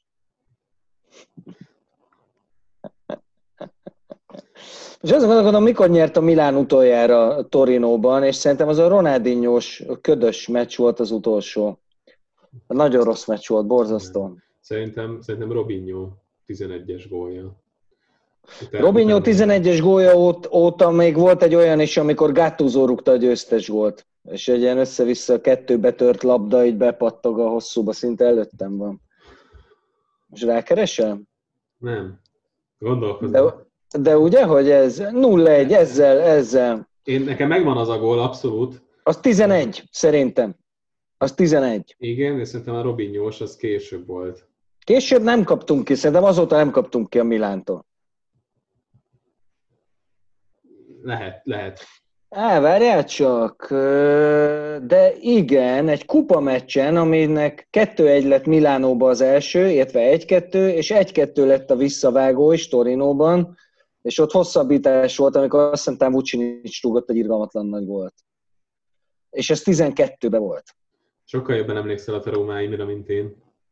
És azt gondolom, mikor nyert a Milán utoljára Torinóban, és szerintem az a Ronaldinho-s ködös meccs volt az utolsó. Nagyon rossz meccs volt, borzasztó. Szerintem Robinho 11-es gólja. Robinho 11-es gólja óta még volt egy olyan is, amikor Gattuso rúgta a győztes gólt. És egy ilyen össze-vissza 2 betört labda, így bepattog a hosszúba, szinte előttem van. Most rákeresel? Nem. Gondolkozom. De ugye, hogy ez 0-1, ezzel. Nekem megvan az a gól, abszolút. Az 11, szerintem. Az 11. Igen, és szerintem a Robinho-s az később volt. Később nem kaptunk ki, szerintem azóta nem kaptunk ki a Milántól. Lehet. Várjál csak, de igen, egy kupa meccsen, aminek 2-1 lett Milánóba az első, illetve 1-2, és 1-2 lett a visszavágó is Torinóban, és ott hosszabbítás volt, amikor azt hiszem Vucinic rúgott egy irgalmatlan nagy gólt. És ez 12-ben volt. Sokkal jobban emlékszel a te Rómáimra, mint én.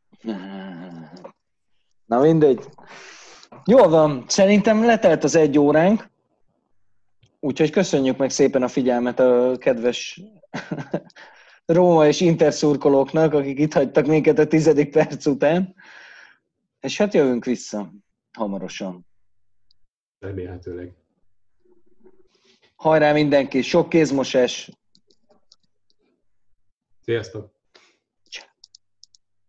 Na mindegy. Jól van, szerintem letelt az 1 óránk, úgyhogy köszönjük meg szépen a figyelmet a kedves Róma és Inter szurkolóknak, akik itt hagytak minket a 10. perc után. És hát jövünk vissza hamarosan. Remélhetőleg. Hajrá mindenki, sok kézmosás! Sziasztok!